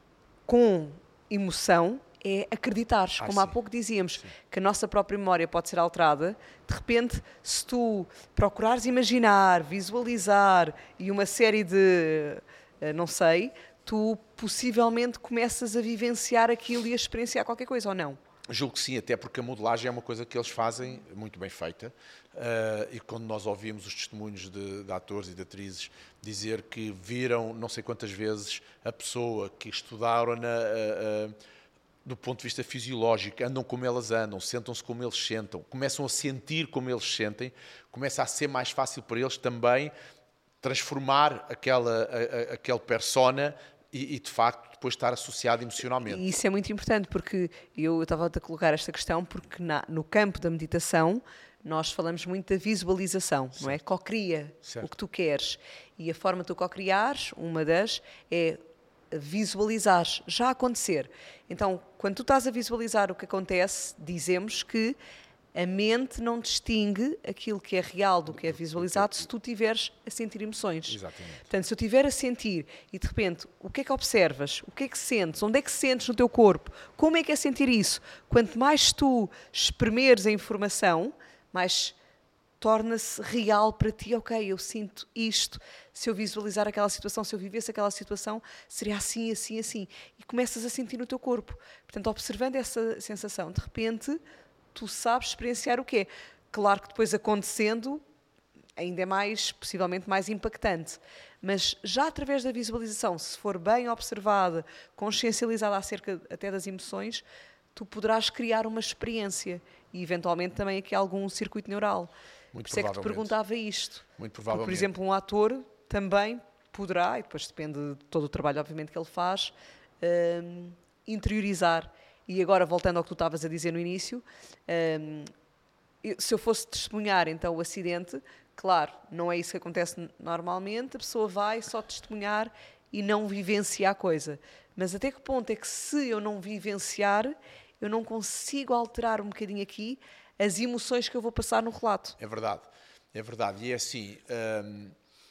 com emoção é acreditares. Ah, Como há sim. pouco dizíamos, Sim. que a nossa própria memória pode ser alterada. De repente, se tu procurares imaginar, visualizar e uma série de, ah, não sei, tu possivelmente começas a vivenciar aquilo e a experienciar qualquer coisa, ou não? Julgo que sim, até porque a modelagem é uma coisa que eles fazem muito bem feita. Uh, e quando nós ouvimos os testemunhos de, de atores e de atrizes dizer que viram não sei quantas vezes a pessoa, que estudaram na, uh, uh, do ponto de vista fisiológico, andam como elas andam, sentam-se como eles sentam, começam a sentir como eles sentem, começa a ser mais fácil para eles também transformar aquela, a, a, aquele persona e, e, de facto, depois estar associado emocionalmente. E isso é muito importante, porque eu estava a colocar esta questão, porque na- no campo da meditação nós falamos muito da visualização, não é? Cocria Certo. o que tu queres. E a forma de tu cocriares, uma das, é visualizares, já acontecer. Então, quando tu estás a visualizar o que acontece, dizemos que a mente não distingue aquilo que é real do que é visualizado se tu estiveres a sentir emoções. Exatamente. Portanto, se eu estiver a sentir e de repente, o que é que observas? O que é que sentes? Onde é que sentes no teu corpo? Como é que é sentir isso? Quanto mais tu espremeres a informação, mais torna-se real para ti. Ok, eu sinto isto. Se eu visualizar aquela situação, se eu vivesse aquela situação, seria assim, assim, assim. E começas a sentir no teu corpo. Portanto, observando essa sensação, de repente, tu sabes experienciar o quê? Claro que depois acontecendo, ainda é mais, possivelmente mais impactante. Mas já através da visualização, se for bem observada, consciencializada acerca até das emoções, tu poderás criar uma experiência e eventualmente também aqui algum circuito neural. Muito Por isso é que te provavelmente. perguntava isto. Muito Porque, provavelmente. por exemplo, um ator também poderá, e depois depende de todo o trabalho obviamente que ele faz, hum, interiorizar. E agora, voltando ao que tu estavas a dizer no início, hum, eu- se eu fosse testemunhar então o acidente, claro, não é isso que acontece normalmente, a pessoa vai só testemunhar e não vivenciar a coisa. Mas até que ponto é que, se eu não vivenciar, eu não consigo alterar um bocadinho aqui as emoções que eu vou passar no relato? É verdade, é verdade. E é assim, hum,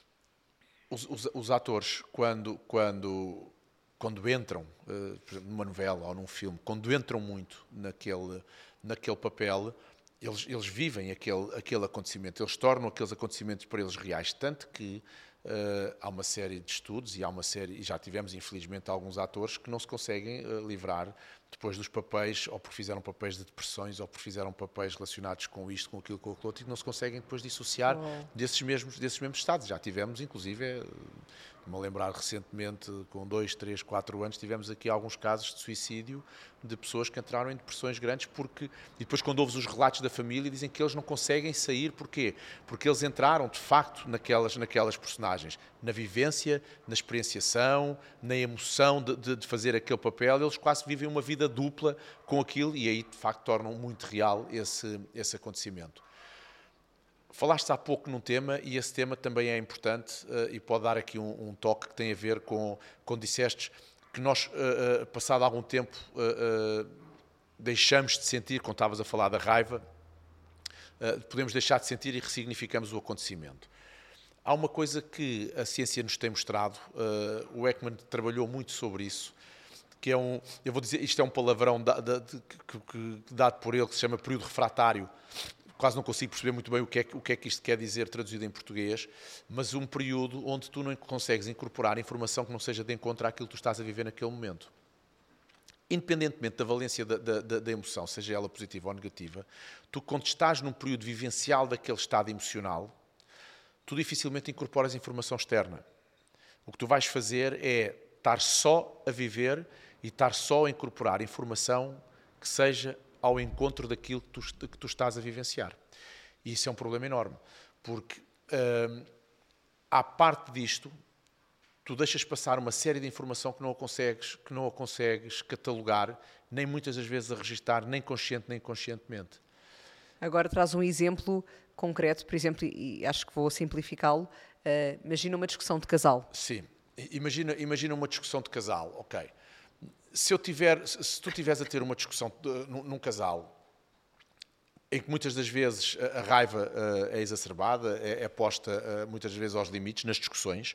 os, os- os atores, quando, quando, quando entram, uh, por exemplo, numa novela ou num filme, quando entram muito naquele, naquele papel, eles, eles vivem aquele, aquele acontecimento, eles tornam aqueles acontecimentos para eles reais, tanto que uh, há uma série de estudos e há uma série, e já tivemos infelizmente alguns atores que não se conseguem uh, livrar depois dos papéis, ou porque fizeram papéis de depressões, ou porque fizeram papéis relacionados com isto, com aquilo, com aquilo outro, e que não se conseguem depois dissociar Oh. desses mesmos, desses mesmos estados. Já tivemos, inclusive, me lembrar recentemente, com dois, três, quatro anos, tivemos aqui alguns casos de suicídio de pessoas que entraram em depressões grandes porque, e depois quando ouves os relatos da família, dizem que eles não conseguem sair. Porquê? Porque eles entraram, de facto, naquelas, naquelas personagens. Na vivência, na experienciação, na emoção de, de, de fazer aquele papel, eles quase vivem uma vida dupla com aquilo e aí, de facto, tornam muito real esse, esse acontecimento. Falaste há pouco num tema e esse tema também é importante uh, e pode dar aqui um, um toque que tem a ver com, quando disseste que nós, uh, uh, passado algum tempo, uh, uh, deixamos de sentir, quando estavas a falar da raiva, uh, podemos deixar de sentir e ressignificamos o acontecimento. Há uma coisa que a ciência nos tem mostrado, uh, o Ekman trabalhou muito sobre isso, que é um, eu vou dizer, isto é um palavrão da, da, de, que, que, dado por ele, que se chama período refratário. Quase não consigo perceber muito bem o que, é, o que é que isto quer dizer traduzido em português, mas um período onde tu não consegues incorporar informação que não seja de encontro àquilo que tu estás a viver naquele momento. Independentemente da valência da, da, da emoção, seja ela positiva ou negativa, tu quando estás num período vivencial daquele estado emocional, tu dificilmente incorporas informação externa. O que tu vais fazer é estar só a viver e estar só a incorporar informação que seja ao encontro daquilo que tu, que tu estás a vivenciar. E isso é um problema enorme, porque hum, à parte disto, tu deixas passar uma série de informação que não a consegues, que não a consegues catalogar, nem muitas das vezes a registar, nem consciente nem inconscientemente. Agora traz um exemplo concreto, por exemplo, e acho que vou simplificá-lo. Uh, imagina uma discussão de casal. Sim. Imagina, imagina uma discussão de casal, ok. Se, eu tiver, se tu estiveres a ter uma discussão de, num, num casal em que muitas das vezes a, a raiva uh, é exacerbada, é, é posta uh, muitas vezes aos limites nas discussões,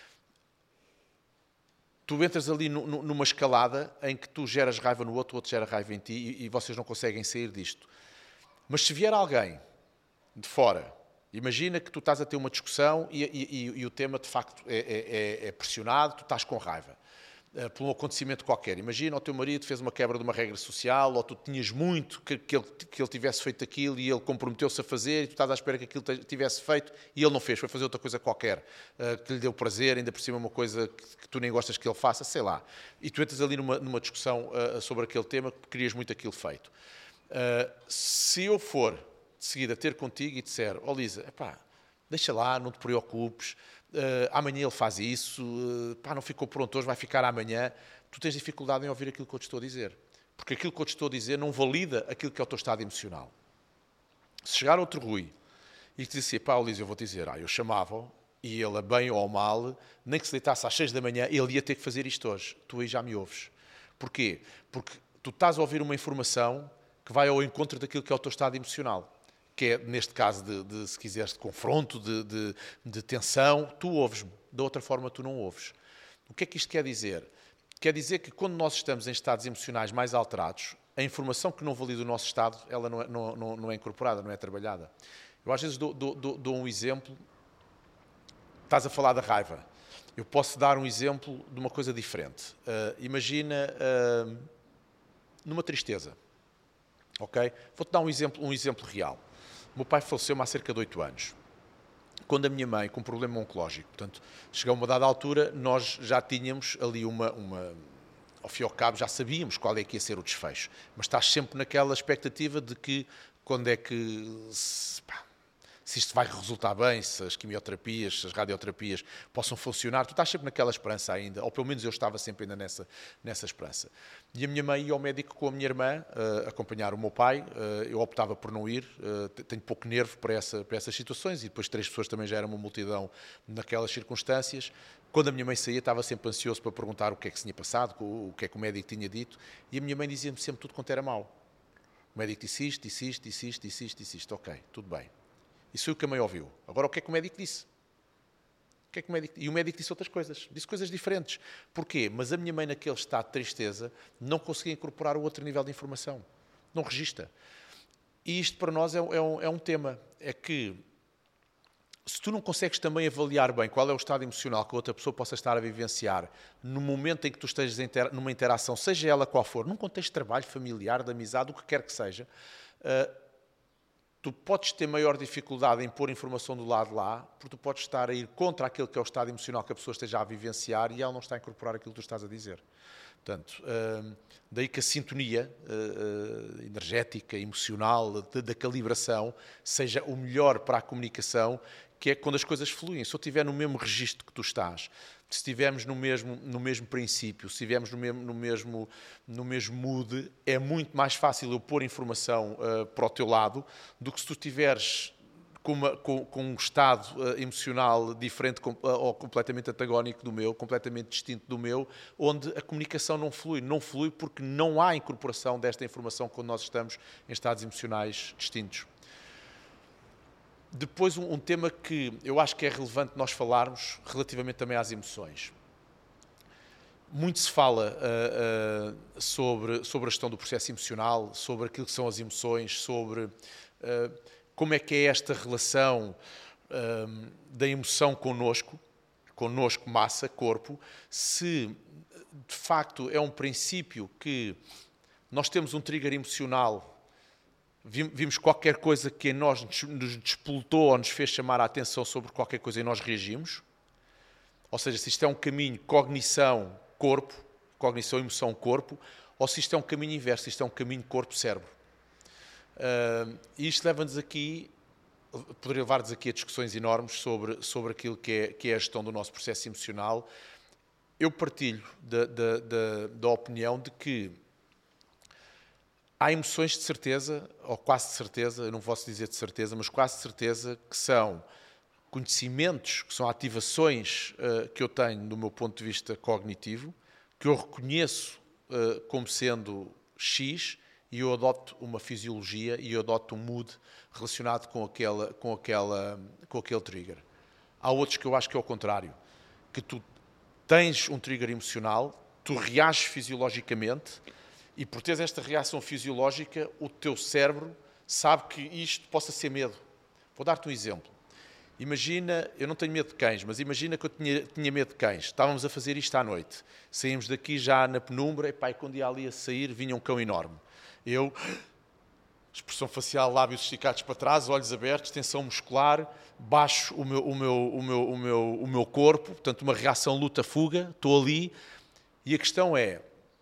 tu entras ali no, no, numa escalada em que tu geras raiva no outro, o outro gera raiva em ti e, e vocês não conseguem sair disto. Mas se vier alguém de fora, imagina que tu estás a ter uma discussão e, e, e, e o tema de facto é, é, é pressionado, tu estás com raiva uh, por um acontecimento qualquer. Imagina o teu marido fez uma quebra de uma regra social ou tu tinhas muito que, que, ele, que ele tivesse feito aquilo e ele comprometeu-se a fazer e tu estás à espera que aquilo tivesse feito e ele não fez, foi fazer outra coisa qualquer uh, que lhe deu prazer, ainda por cima uma coisa que, que tu nem gostas que ele faça, sei lá. E tu entras ali numa, numa discussão uh, sobre aquele tema que querias muito aquilo feito. Uh, se eu for de seguida ter contigo e disser, ó oh, Lisa, epá, deixa lá, não te preocupes, uh, amanhã ele faz isso, uh, pá, não ficou pronto hoje, vai ficar amanhã, tu tens dificuldade em ouvir aquilo que eu te estou a dizer. Porque aquilo que eu te estou a dizer não valida aquilo que é o teu estado emocional. Se chegar outro Rui e te disser, pá, oh, Lisa, eu vou te dizer, ah, eu chamava-o e ele, a bem ou a mal, nem que se deitasse às seis da manhã, ele ia ter que fazer isto hoje. Tu aí já me ouves. Porquê? Porque tu estás a ouvir uma informação que vai ao encontro daquilo que é o teu estado emocional. Que é, neste caso, de, de se quiseres, de confronto, de, de, de tensão, tu ouves-me. Da outra forma, tu não ouves. O que é que isto quer dizer? Quer dizer que quando nós estamos em estados emocionais mais alterados, a informação que não valida o nosso estado, ela não é, não, não, não é incorporada, não é trabalhada. Eu às vezes dou, dou, dou, dou um exemplo. Estás a falar da raiva. Eu posso dar um exemplo de uma coisa diferente. Uh, imagina uh, numa tristeza. Ok? Vou-te dar um exemplo, um exemplo real. O meu pai faleceu-me há cerca de oito anos. Quando a minha mãe, com um problema oncológico, portanto, chegou a uma dada altura, nós já tínhamos ali uma, uma... Ao fim e ao cabo, já sabíamos qual é que ia ser o desfecho. Mas estás sempre naquela expectativa de que, quando é que... Se, pá, se isto vai resultar bem, se as quimioterapias, se as radioterapias possam funcionar, tu estás sempre naquela esperança ainda, ou pelo menos eu estava sempre ainda nessa, nessa esperança. E a minha mãe ia ao médico com a minha irmã, uh, acompanhar o meu pai, uh, eu optava por não ir, uh, tenho pouco nervo para, essa, para essas situações, e depois três pessoas também já era uma multidão naquelas circunstâncias. Quando a minha mãe saía, estava sempre ansioso para perguntar o que é que se tinha passado, o que é que o médico tinha dito, e a minha mãe dizia-me sempre tudo quanto era mau. O médico disse isto, disse isto, disse isto, disse isto, disse isto, ok, tudo bem. Isso foi o que a mãe ouviu. Agora, o que é que o médico disse? O que é que o médico... E o médico disse outras coisas. Disse coisas diferentes. Porquê? Mas a minha mãe, naquele estado de tristeza, não conseguia incorporar o outro nível de informação. Não registra. E isto, para nós, é um, é um, é um tema. É que se tu não consegues também avaliar bem qual é o estado emocional que a outra pessoa possa estar a vivenciar no momento em que tu estejas numa interação, seja ela qual for, num contexto de trabalho, familiar, de amizade, o que quer que seja, uh, tu podes ter maior dificuldade em pôr informação do lado de lá, porque tu podes estar a ir contra aquele que é o estado emocional que a pessoa esteja a vivenciar e ela não está a incorporar aquilo que tu estás a dizer. Portanto, uh, daí que a sintonia uh, energética, emocional, de, da calibração, seja o melhor para a comunicação, que é quando as coisas fluem. Se eu estiver no mesmo registro que tu estás, se estivermos no mesmo, no mesmo princípio, se estivermos no mesmo, no, mesmo, no mesmo mood, é muito mais fácil eu pôr informação uh, para o teu lado do que se tu estiveres com, uma, com, com um estado uh, emocional diferente com, uh, ou completamente antagónico do meu, completamente distinto do meu, onde a comunicação não flui. Não flui porque não há incorporação desta informação quando nós estamos em estados emocionais distintos. Depois, um, um tema que eu acho que é relevante nós falarmos relativamente também às emoções. Muito se fala uh, uh, sobre, sobre a gestão do processo emocional, sobre aquilo que são as emoções, sobre uh, como é que é esta relação uh, da emoção connosco, connosco, massa, corpo, se de facto é um princípio que nós temos um trigger emocional. Vimos qualquer coisa que em nós nos despoltou ou nos fez chamar a atenção sobre qualquer coisa e nós reagimos. Ou seja, se isto é um caminho cognição-corpo, cognição-emoção-corpo, ou se isto é um caminho inverso, se isto é um caminho corpo-cérebro. Uh, e isto leva-nos aqui, poderia levar-nos aqui a discussões enormes sobre, sobre aquilo que é, que é a gestão do nosso processo emocional. Eu partilho da, da, da, da opinião de que há emoções de certeza, ou quase de certeza, eu não posso dizer de certeza, mas quase de certeza, que são conhecimentos, que são ativações uh, que eu tenho do meu ponto de vista cognitivo, que eu reconheço uh, como sendo X, e eu adoto uma fisiologia e eu adoto um mood relacionado com, aquela, com, aquela, com aquele trigger. Há outros que eu acho que é o contrário, que tu tens um trigger emocional, tu reages fisiologicamente, e por teres esta reação fisiológica, o teu cérebro sabe que isto possa ser medo. Vou dar-te um exemplo. Imagina, eu não tenho medo de cães, mas imagina que eu tinha, tinha medo de cães. Estávamos a fazer isto à noite. Saímos daqui já na penumbra, e pá, e quando ia ali a sair, vinha um cão enorme. Eu, expressão facial, lábios esticados para trás, olhos abertos, tensão muscular, baixo o meu, o meu, o meu, o meu, o meu corpo, portanto, uma reação luta-fuga, estou ali, e a questão é,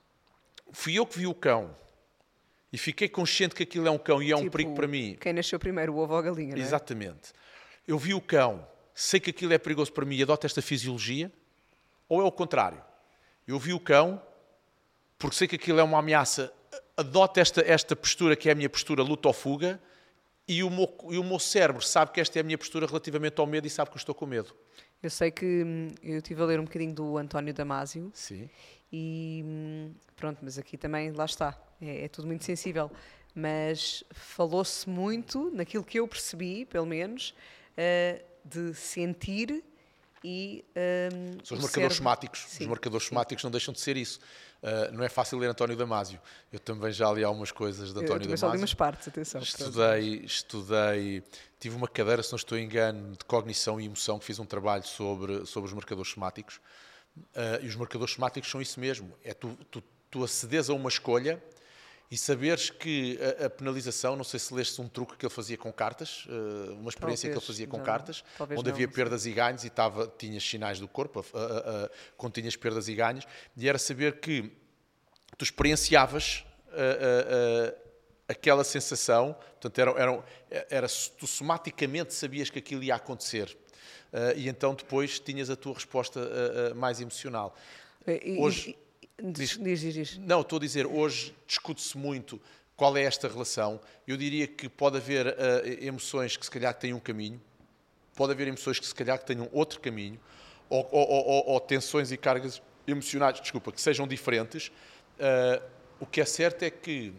fui eu que vi o cão e fiquei consciente que aquilo é um cão e é um tipo, perigo para mim. Quem nasceu primeiro, o ovo ou a galinha, não é? Exatamente. Eu vi o cão, sei que aquilo é perigoso para mim e adoto esta fisiologia, ou é o contrário? Eu vi o cão, porque sei que aquilo é uma ameaça, adoto esta, esta postura que é a minha postura luta ou fuga, e o, meu, e o meu cérebro sabe que esta é a minha postura relativamente ao medo e sabe que eu estou com medo. Eu sei que hum, eu estive a ler um bocadinho do António Damasio. Sim. E hum, pronto, mas aqui também, lá está, é, é tudo muito sensível. Mas falou-se muito, naquilo que eu percebi, pelo menos, uh, de sentir e... Um, São os marcadores cérebro... somáticos. Sim, os marcadores sim. somáticos não deixam de ser isso. Uh, não é fácil ler António Damasio. Eu também já li algumas coisas de António Damasio. Eu também só li umas partes, atenção. Estudei, estudei, tive uma cadeira, se não estou em engano, de cognição e emoção, que fiz um trabalho sobre, sobre os marcadores somáticos. Uh, e os marcadores somáticos são isso mesmo. É tu, tu, tu acedes a uma escolha e saberes que a, a penalização, não sei se leste um truque que ele fazia com cartas, uh, uma experiência talvez, que ele fazia com não, cartas, onde não, havia não perdas e ganhos e tava, tinhas sinais do corpo, uh, uh, uh, quando tinhas perdas e ganhos, e era saber que tu experienciavas uh, uh, uh, aquela sensação, portanto, era, era, era, tu somaticamente sabias que aquilo ia acontecer. Uh, e então depois tinhas a tua resposta uh, uh, mais emocional. E, hoje, e, diz, diz, diz, diz. Não, estou a dizer, hoje discute-se muito qual é esta relação. Eu diria que pode haver uh, emoções que se calhar têm um caminho, pode haver emoções que se calhar que tenham outro caminho, ou, ou, ou, ou tensões e cargas emocionais, desculpa, que sejam diferentes. Uh, o que é certo é que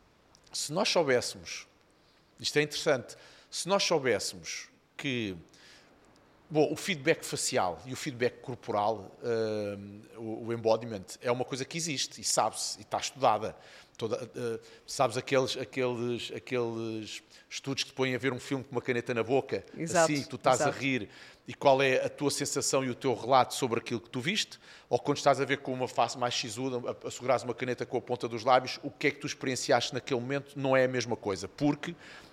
se nós soubéssemos, isto é interessante, se nós soubéssemos que Bom, o feedback facial e o feedback corporal, uh, o, o embodiment, é uma coisa que existe e sabe-se, e está estudada. Toda, uh, sabes aqueles, aqueles, aqueles estudos que te põem a ver um filme com uma caneta na boca, exato, assim, tu estás exato. a rir, e qual é a tua sensação e o teu relato sobre aquilo que tu viste, ou quando estás a ver com uma face mais sisuda, a, a segurares uma caneta com a ponta dos lábios, o que é que tu experienciaste naquele momento não é a mesma coisa, porque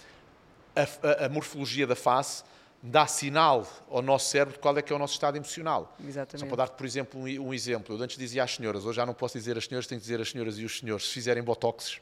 a, a, a morfologia da face dá sinal ao nosso cérebro de qual é que é o nosso estado emocional. Exatamente. Só para dar-te, por exemplo, um, um exemplo. Eu antes dizia às senhoras, hoje já não posso dizer às senhoras, tenho que dizer às senhoras e os senhores, se fizerem botoxes,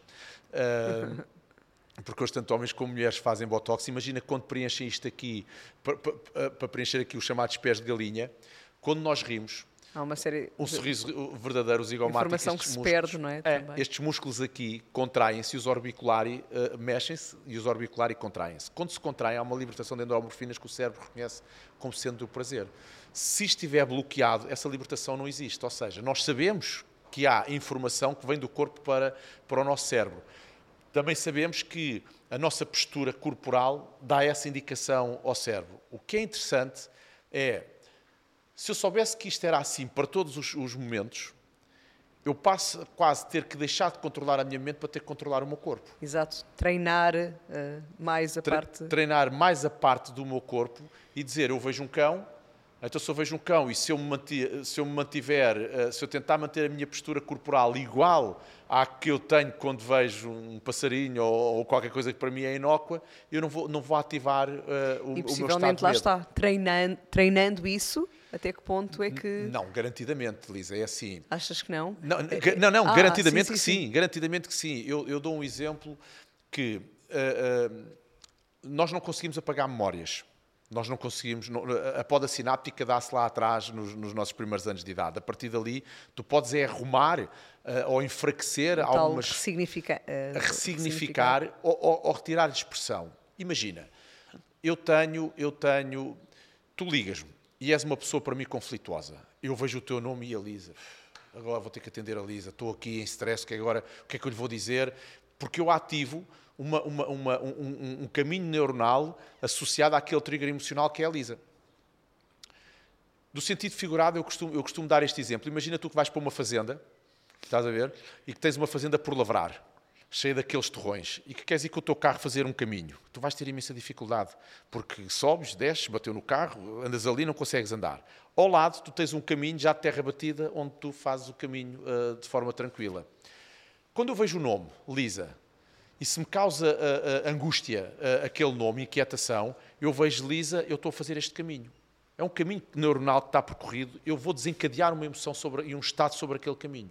uh, porque hoje tanto homens como mulheres fazem botox, imagina quando preenchem isto aqui, para, para, para preencher aqui os chamados pés de galinha, quando nós rimos, há uma série um de sorriso verdadeiro, zigomático. Informação que se músculos, perde, não é? é Também. estes músculos aqui contraem-se e os orbiculares uh, mexem-se e os orbiculares contraem-se. Quando se contraem, há uma libertação de endorfinas que o cérebro reconhece como sendo do prazer. Se estiver bloqueado, essa libertação não existe. Ou seja, nós sabemos que há informação que vem do corpo para, para o nosso cérebro. Também sabemos que a nossa postura corporal dá essa indicação ao cérebro. O que é interessante é, se eu soubesse que isto era assim para todos os, os momentos, eu passo a quase ter que deixar de controlar a minha mente para ter que controlar o meu corpo. Exato. Treinar uh, mais a Tre- parte... Treinar mais a parte do meu corpo e dizer, eu vejo um cão, então se eu vejo um cão e se eu me mantiver, se eu, me mantiver, uh, se eu tentar manter a minha postura corporal igual à que eu tenho quando vejo um passarinho ou, ou qualquer coisa que para mim é inócua, eu não vou, não vou ativar uh, o, o meu E estado possivelmente de lá medo. está, treinando, treinando isso, até que ponto é que... Não, garantidamente, Lisa, é assim. Achas que não? Não, não, não Ah, garantidamente sim, que sim, sim, sim. garantidamente que sim. Eu, eu dou um exemplo que uh, uh, nós não conseguimos apagar memórias. Nós não conseguimos, não, a poda sináptica dá-se lá atrás nos, nos nossos primeiros anos de idade. A partir dali, tu podes é arrumar uh, ou enfraquecer Tal algumas... ressignifica, uh, a ressignificar ou, ou, ou retirar expressão. Imagina, eu tenho, eu tenho... Tu ligas-me e és uma pessoa para mim conflituosa. Eu vejo o teu nome e a Lisa. Agora vou ter que atender a Lisa. Estou aqui em stress, que agora, o que é que eu lhe vou dizer? Porque eu ativo uma, uma, uma, um, um, um caminho neuronal associado àquele trigger emocional que é a Lisa. Do sentido figurado, eu costumo, eu costumo dar este exemplo. Imagina tu que vais para uma fazenda, estás a ver, e que tens uma fazenda por lavrar, cheia daqueles torrões, e que queres ir com o teu carro fazer um caminho. Tu vais ter imensa dificuldade, porque sobes, desces, bateu no carro, andas ali, não consegues andar. Ao lado, tu tens um caminho já de terra batida, onde tu fazes o caminho uh, de forma tranquila. Quando eu vejo o nome, Lisa, e se me causa uh, uh, angústia uh, aquele nome, inquietação, eu vejo Lisa, eu estou a fazer este caminho. É um caminho neuronal que está percorrido, eu vou desencadear uma emoção sobre, e um estado sobre aquele caminho.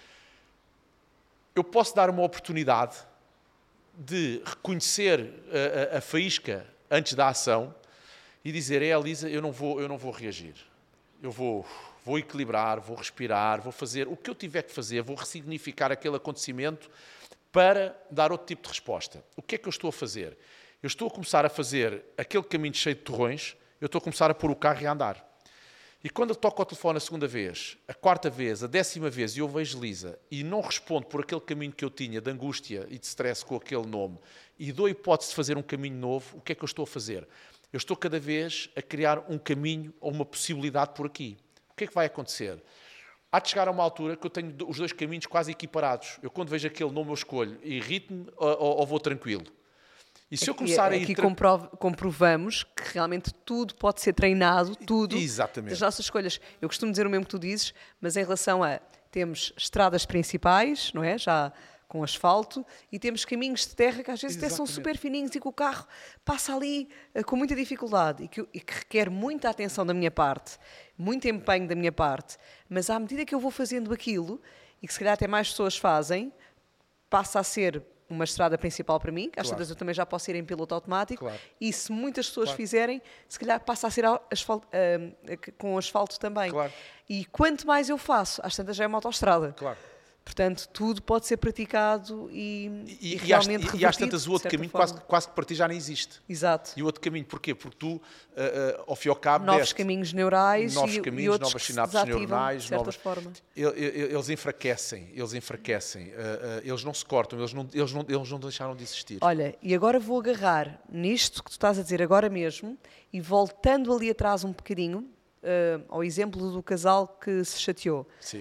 Eu posso dar uma oportunidade de reconhecer a, a, a faísca antes da ação e dizer, é, Lisa, eu não vou, eu não vou reagir. Eu vou, vou equilibrar, vou respirar, vou fazer o que eu tiver que fazer, vou ressignificar aquele acontecimento para dar outro tipo de resposta. O que é que eu estou a fazer? Eu estou a começar a fazer aquele caminho cheio de torrões, eu estou a começar a pôr o carro e a andar. E quando eu toco ao telefone a segunda vez, a quarta vez, a décima vez, e eu vejo Lisa e não respondo por aquele caminho que eu tinha de angústia e de stress com aquele nome e dou a hipótese de fazer um caminho novo, o que é que eu estou a fazer? Eu estou cada vez a criar um caminho ou uma possibilidade por aqui. O que é que vai acontecer? Há de chegar a uma altura que eu tenho os dois caminhos quase equiparados. Eu, quando vejo aquele nome, eu escolho irrito-me ou, ou vou tranquilo. E se eu começar aqui, a ir... Aqui tra... comprov- comprovamos que realmente tudo pode ser treinado, tudo, Exatamente. das nossas escolhas. Eu costumo dizer o mesmo que tu dizes, mas em relação a... Temos estradas principais, não é? Já com asfalto, e temos caminhos de terra que às vezes até são super fininhos e que o carro passa ali uh, com muita dificuldade e que, e que requer muita atenção da minha parte, muito empenho da minha parte, mas à medida que eu vou fazendo aquilo, e que se calhar até mais pessoas fazem, passa a ser uma estrada principal para mim, que às Claro. vezes eu também já posso ir em piloto automático, Claro. e se muitas pessoas Claro. fizerem, se calhar passa a ser asfalto, uh, com asfalto também. Claro. E quanto mais eu faço, às tantas já é uma autoestrada. Claro. Portanto, tudo pode ser praticado e, e, E, e, às, realmente e, e às tantas revertido, o outro de certa caminho forma. quase, quase que para ti já nem existe. Exato. E o outro caminho, porquê? Porque tu, uh, uh, ao fim e ao cabo, Novos deste caminhos neurais novos e, caminhos, e outros novas que se sinapses desativam, neuronais, de certa novas... forma. Ele- ele- Eles enfraquecem, eles enfraquecem, uh, uh, eles não se cortam, eles não, eles, não, eles não deixaram de existir. Olha, e agora vou agarrar nisto que tu estás a dizer agora mesmo e voltando ali atrás um bocadinho, uh, ao exemplo do casal que se chateou. Sim.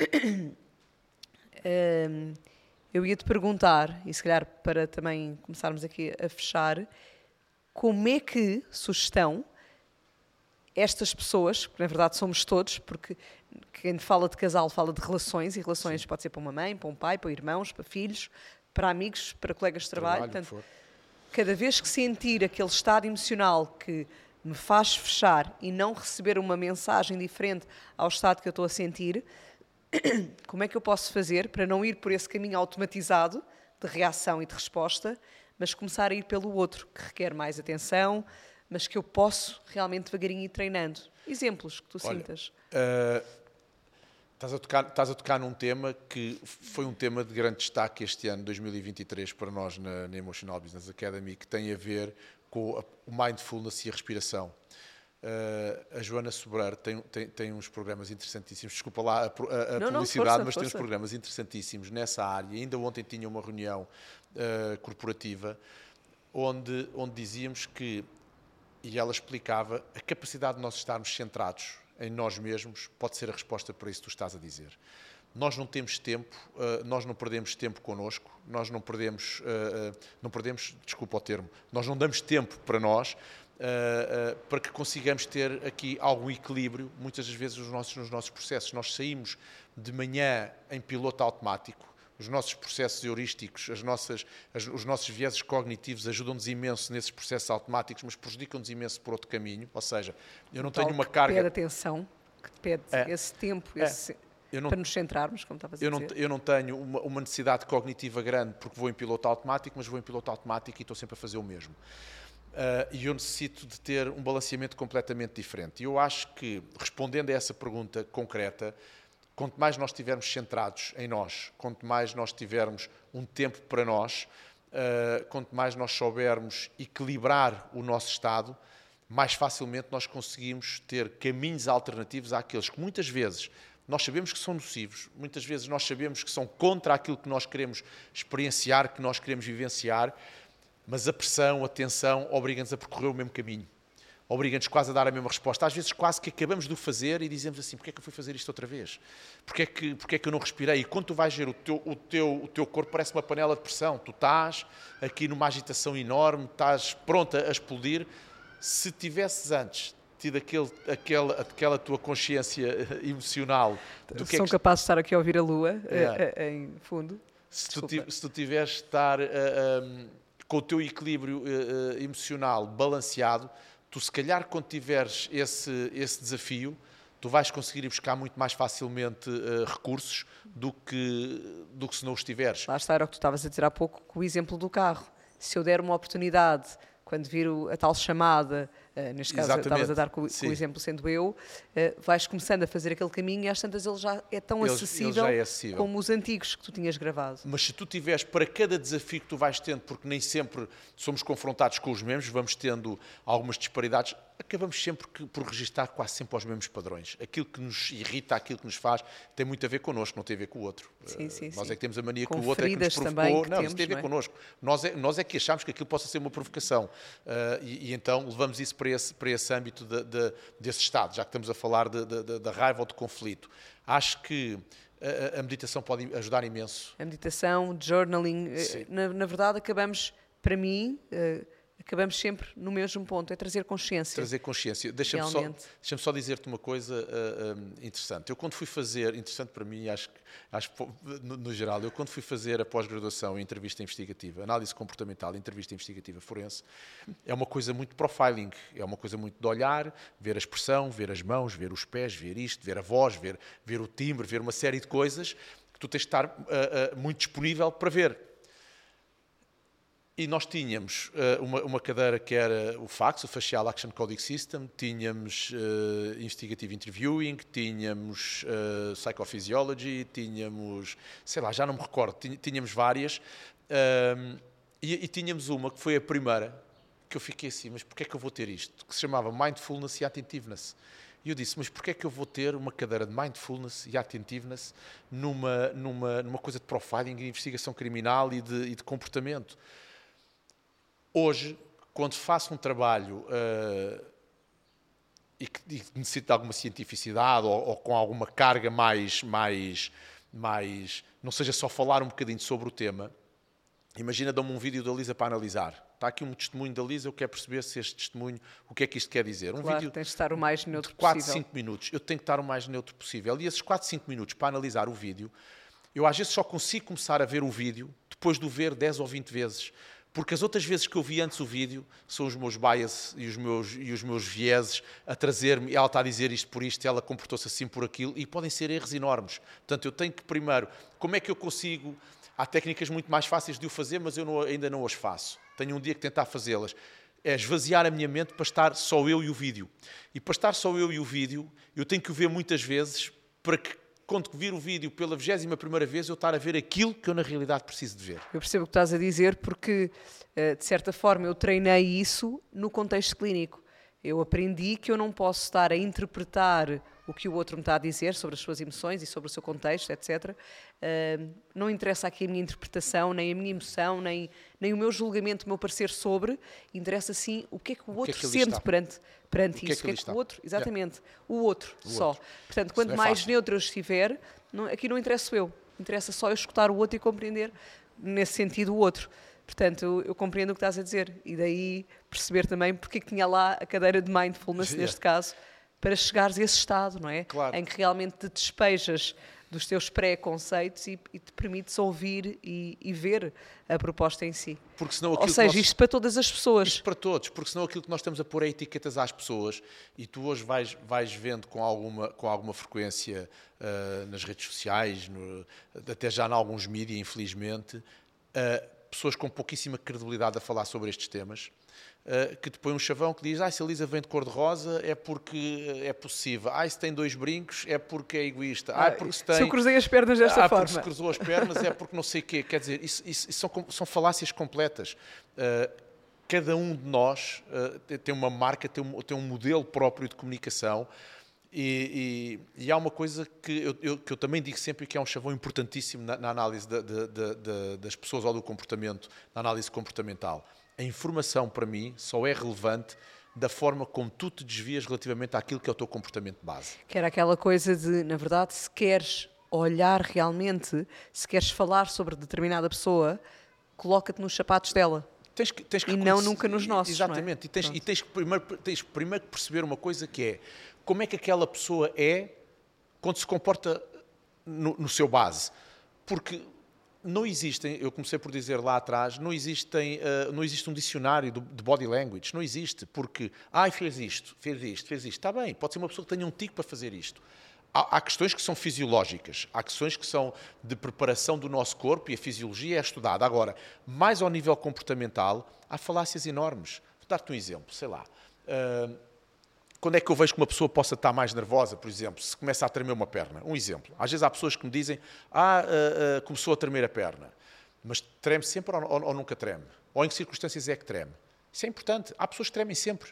Um, eu ia-te perguntar, e se calhar para também começarmos aqui a fechar, como é que, sugestão, estas pessoas, que na verdade somos todos, porque quem fala de casal fala de relações, e relações Sim. pode ser para uma mãe, para um pai, para irmãos, para filhos, para amigos, para colegas de trabalho. Trabalho, Portanto, cada vez que sentir aquele estado emocional que me faz fechar e não receber uma mensagem diferente ao estado que eu estou a sentir, como é que eu posso fazer para não ir por esse caminho automatizado de reação e de resposta, mas começar a ir pelo outro, que requer mais atenção, mas que eu posso realmente devagarinho ir treinando? Exemplos que tu Olha, sintas. Uh, estás, a tocar, estás a tocar num tema que foi um tema de grande destaque este ano, dois mil e vinte e três, para nós na, na Emotional Business Academy, que tem a ver com a, o mindfulness e a respiração. Uh, a Joana Sobreiro tem, tem, tem uns programas interessantíssimos. Desculpa lá a, a, a não, publicidade, não, força, mas força. tem uns programas interessantíssimos nessa área. Ainda ontem tinha uma reunião uh, corporativa onde, onde dizíamos que, e ela explicava, a capacidade de nós estarmos centrados em nós mesmos pode ser a resposta para isso que tu estás a dizer. Nós não temos tempo, uh, nós não perdemos tempo connosco, nós não perdemos, uh, uh, não perdemos, desculpa o termo, nós não damos tempo para nós, Uh, uh, para que consigamos ter aqui algum equilíbrio, muitas das vezes nos nossos, nos nossos processos. Nós saímos de manhã em piloto automático, os nossos processos heurísticos, as nossas, as, os nossos vieses cognitivos ajudam-nos imenso nesses processos automáticos, mas prejudicam-nos imenso por outro caminho, ou seja, eu não tenho uma que carga... pede atenção, que pede é, esse tempo, é, esse... não, para nos centrarmos, como estavas a eu dizer. Não, eu não tenho uma, uma necessidade cognitiva grande porque vou em piloto automático, mas vou em piloto automático e estou sempre a fazer o mesmo. Uh, e eu necessito de ter um balanceamento completamente diferente. E eu acho que, respondendo a essa pergunta concreta, quanto mais nós estivermos centrados em nós, quanto mais nós tivermos um tempo para nós, uh, quanto mais nós soubermos equilibrar o nosso estado, mais facilmente nós conseguimos ter caminhos alternativos àqueles que muitas vezes nós sabemos que são nocivos, muitas vezes nós sabemos que são contra aquilo que nós queremos experienciar, que nós queremos vivenciar, mas a pressão, a tensão, obriga-nos a percorrer o mesmo caminho. Obriga-nos quase a dar a mesma resposta. Às vezes quase que acabamos de o fazer e dizemos assim, porquê é que eu fui fazer isto outra vez? Porquê é que, porquê é que eu não respirei? E quando tu vais ver o teu, o, teu, o teu corpo parece uma panela de pressão. Tu estás aqui numa agitação enorme, estás pronta a explodir. Se tivesses antes tido aquele, aquela, aquela tua consciência emocional... Do que São é que... capazes de estar aqui a ouvir a lua, é. em fundo. Se tu, se tu tiveres de estar... Uh, um, com o teu equilíbrio uh, emocional balanceado, tu se calhar quando tiveres esse, esse desafio, tu vais conseguir ir buscar muito mais facilmente uh, recursos do que, do que se não os tiveres. Lá está, era o que tu estavas a dizer há pouco com o exemplo do carro. Se eu der uma oportunidade, quando vir a tal chamada, uh, neste caso Exatamente. estavas a dar com, com o exemplo sendo eu, uh, vais começando a fazer aquele caminho e às tantas ele já é tão ele, acessível, ele já é acessível como os antigos que tu tinhas gravado. Mas se tu tiveres para cada desafio que tu vais tendo, porque nem sempre somos confrontados com os mesmos, vamos tendo algumas disparidades, acabamos sempre que, por registrar quase sempre aos mesmos padrões. Aquilo que nos irrita, aquilo que nos faz, tem muito a ver connosco, não tem a ver com o outro. Sim, sim, nós sim. é que temos a mania com que o outro é que nos provocou. Também que não, temos, isso tem a ver não é? connosco. Nós é, nós é que achamos que aquilo possa ser uma provocação. Uh, e, e então levamos isso para esse, para esse âmbito de, de, desse estado, já que estamos a falar de, de, de, de raiva ou de conflito. Acho que a, a meditação pode ajudar imenso. A meditação, journaling, na, na verdade acabamos, para mim... Uh, acabamos sempre no mesmo ponto, é trazer consciência. Trazer consciência. Deixa-me só, deixa-me só dizer-te uma coisa uh, um, interessante. Eu quando fui fazer, interessante para mim, acho que, acho que no, no geral, eu quando fui fazer a pós-graduação em entrevista investigativa, análise comportamental, entrevista investigativa forense, é uma coisa muito profiling, é uma coisa muito de olhar, ver a expressão, ver as mãos, ver os pés, ver isto, ver a voz, ver, ver o timbre, ver uma série de coisas que tu tens de estar uh, uh, muito disponível para ver. E nós tínhamos uh, uma, uma cadeira que era o FACS, o Facial Action Coding System, tínhamos uh, Investigative Interviewing, tínhamos uh, Psychophysiology, tínhamos, sei lá, já não me recordo, tínhamos várias, uh, e, e tínhamos uma que foi a primeira, que eu fiquei assim, mas porquê é que eu vou ter isto? Que se chamava Mindfulness e Attentiveness. E eu disse, mas porquê é que eu vou ter uma cadeira de Mindfulness e Attentiveness numa, numa, numa coisa de profiling, de investigação criminal e de, e de comportamento? Hoje, quando faço um trabalho uh, e que e necessita de alguma cientificidade ou, ou com alguma carga mais, mais, mais... não seja só falar um bocadinho sobre o tema, imagina, dá-me um vídeo da Lisa para analisar. Está aqui um testemunho da Lisa, eu quero perceber se este testemunho, o que é que isto quer dizer. Um claro, vídeo tens de estar o mais neutro de quatro, possível. cinco minutos. Eu tenho que estar o mais neutro possível. E esses quatro, cinco minutos para analisar o vídeo, eu às vezes só consigo começar a ver o vídeo depois de o ver dez ou vinte vezes. Porque as outras vezes que eu vi antes o vídeo são os meus bias e os meus, e os meus vieses a trazer-me. Ela está a dizer isto por isto, ela comportou-se assim por aquilo, e podem ser erros enormes. Portanto, eu tenho que primeiro, como é que eu consigo... Há técnicas muito mais fáceis de o fazer, mas eu não, ainda não as faço. Tenho um dia que tentar fazê-las. É esvaziar a minha mente para estar só eu e o vídeo. E para estar só eu e o vídeo, eu tenho que o ver muitas vezes para que, quando vir o vídeo pela vigésima primeira vez, eu estar a ver aquilo que eu, na realidade, preciso de ver. Eu percebo o que estás a dizer porque, de certa forma, eu treinei isso no contexto clínico. Eu aprendi que eu não posso estar a interpretar o que o outro me está a dizer sobre as suas emoções e sobre o seu contexto, etcétera. Uh, não interessa aqui a minha interpretação, nem a minha emoção, nem, nem o meu julgamento, o meu parecer sobre. Interessa, sim, o que é que o outro que é que sente está? perante, perante o isso. Que é que, o que é que o outro, exatamente, yeah. o outro o só. Outro. Portanto, quanto é mais fácil. neutro eu estiver, não, aqui não interessa eu. Interessa só eu escutar o outro e compreender, nesse sentido, o outro. Portanto, eu, eu compreendo o que estás a dizer. E daí perceber também porque é que tinha lá a cadeira de mindfulness, yeah. neste caso, para chegares a esse estado, não é? Claro. Em que realmente te despejas dos teus pré-conceitos e, e te permites ouvir e, e ver a proposta em si. Porque senão Ou seja, nós... isto para todas as pessoas. Isto para todos, porque senão aquilo que nós estamos a pôr é etiquetas às pessoas, e tu hoje vais, vais vendo com alguma, com alguma frequência uh, nas redes sociais, no, até já em alguns mídias, infelizmente, uh, pessoas com pouquíssima credibilidade a falar sobre estes temas, Uh, que te põe um chavão que diz, ah, se a Lisa vem de cor-de-rosa é porque é possível, ah, se tem dois brincos é porque é egoísta, ah, ah, porque se tem... Se eu cruzei as pernas desta ah, forma. porque se cruzou as pernas é porque não sei o quê. Quer dizer, isso, isso, isso são, são falácias completas. Uh, cada um de nós uh, tem uma marca, tem um, tem um modelo próprio de comunicação, e, e, e há uma coisa que eu, eu, que eu também digo sempre, que é um chavão importantíssimo na, na análise de, de, de, de, das pessoas ou do comportamento, na análise comportamental. A informação, para mim, só é relevante da forma como tu te desvias relativamente àquilo que é o teu comportamento de base. Que era aquela coisa de, na verdade, se queres olhar realmente, se queres falar sobre determinada pessoa, coloca-te nos sapatos dela. Tens que, tens que e não nunca nos nossos. Exatamente. Não é? E, tens, e tens, que primeiro, tens primeiro que perceber uma coisa, que é como é que aquela pessoa é quando se comporta no, no seu base. Porque... não existem, eu comecei por dizer lá atrás, não, existem, uh, não existe um dicionário de body language, não existe, porque, ai, fez isto, fez isto, fez isto, está bem, pode ser uma pessoa que tenha um tico para fazer isto. Há, há questões que são fisiológicas, há questões que são de preparação do nosso corpo, e a fisiologia é estudada. Agora, mais ao nível comportamental, há falácias enormes. Vou dar-te um exemplo, sei lá... Uh, Quando é que eu vejo que uma pessoa possa estar mais nervosa, por exemplo, se começa a tremer uma perna? Um exemplo. Às vezes há pessoas que me dizem, ah, uh, uh, começou a tremer a perna. Mas treme sempre ou, ou, ou nunca treme? Ou em que circunstâncias é que treme? Isso é importante. Há pessoas que tremem sempre.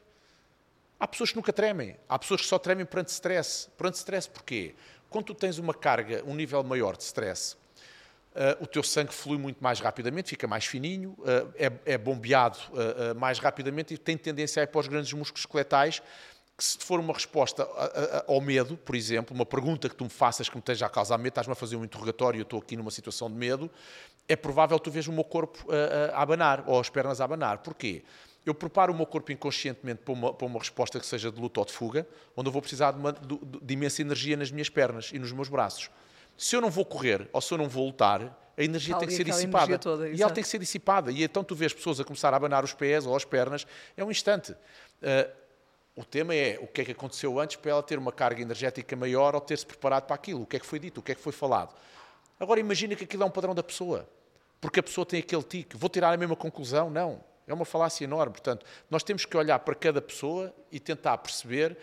Há pessoas que nunca tremem. Há pessoas que só tremem perante stress. Perante stress porquê? Quando tu tens uma carga, um nível maior de stress, uh, o teu sangue flui muito mais rapidamente, fica mais fininho, uh, é, é bombeado uh, uh, mais rapidamente e tem tendência a ir para os grandes músculos esqueletais, que se for uma resposta ao medo, por exemplo, uma pergunta que tu me faças que me esteja a causar medo, estás-me a fazer um interrogatório e eu estou aqui numa situação de medo, é provável que tu vejas o meu corpo a, a, a abanar, ou as pernas a abanar. Porquê? Eu preparo o meu corpo inconscientemente para uma, para uma resposta que seja de luta ou de fuga, onde eu vou precisar de, uma, de, de imensa energia nas minhas pernas e nos meus braços. Se eu não vou correr, ou se eu não vou lutar, a energia tem que ser dissipada. Toda, e ela tem que ser dissipada. E então tu vês pessoas a começar a abanar os pés ou as pernas, é um instante. Uh, O tema é o que é que aconteceu antes para ela ter uma carga energética maior ou ter-se preparado para aquilo. O que é que foi dito, o que é que foi falado. Agora imagina que aquilo é um padrão da pessoa. porque a pessoa tem aquele tique. Vou tirar a mesma conclusão? Não. É uma falácia enorme. Portanto, nós temos que olhar para cada pessoa e tentar perceber,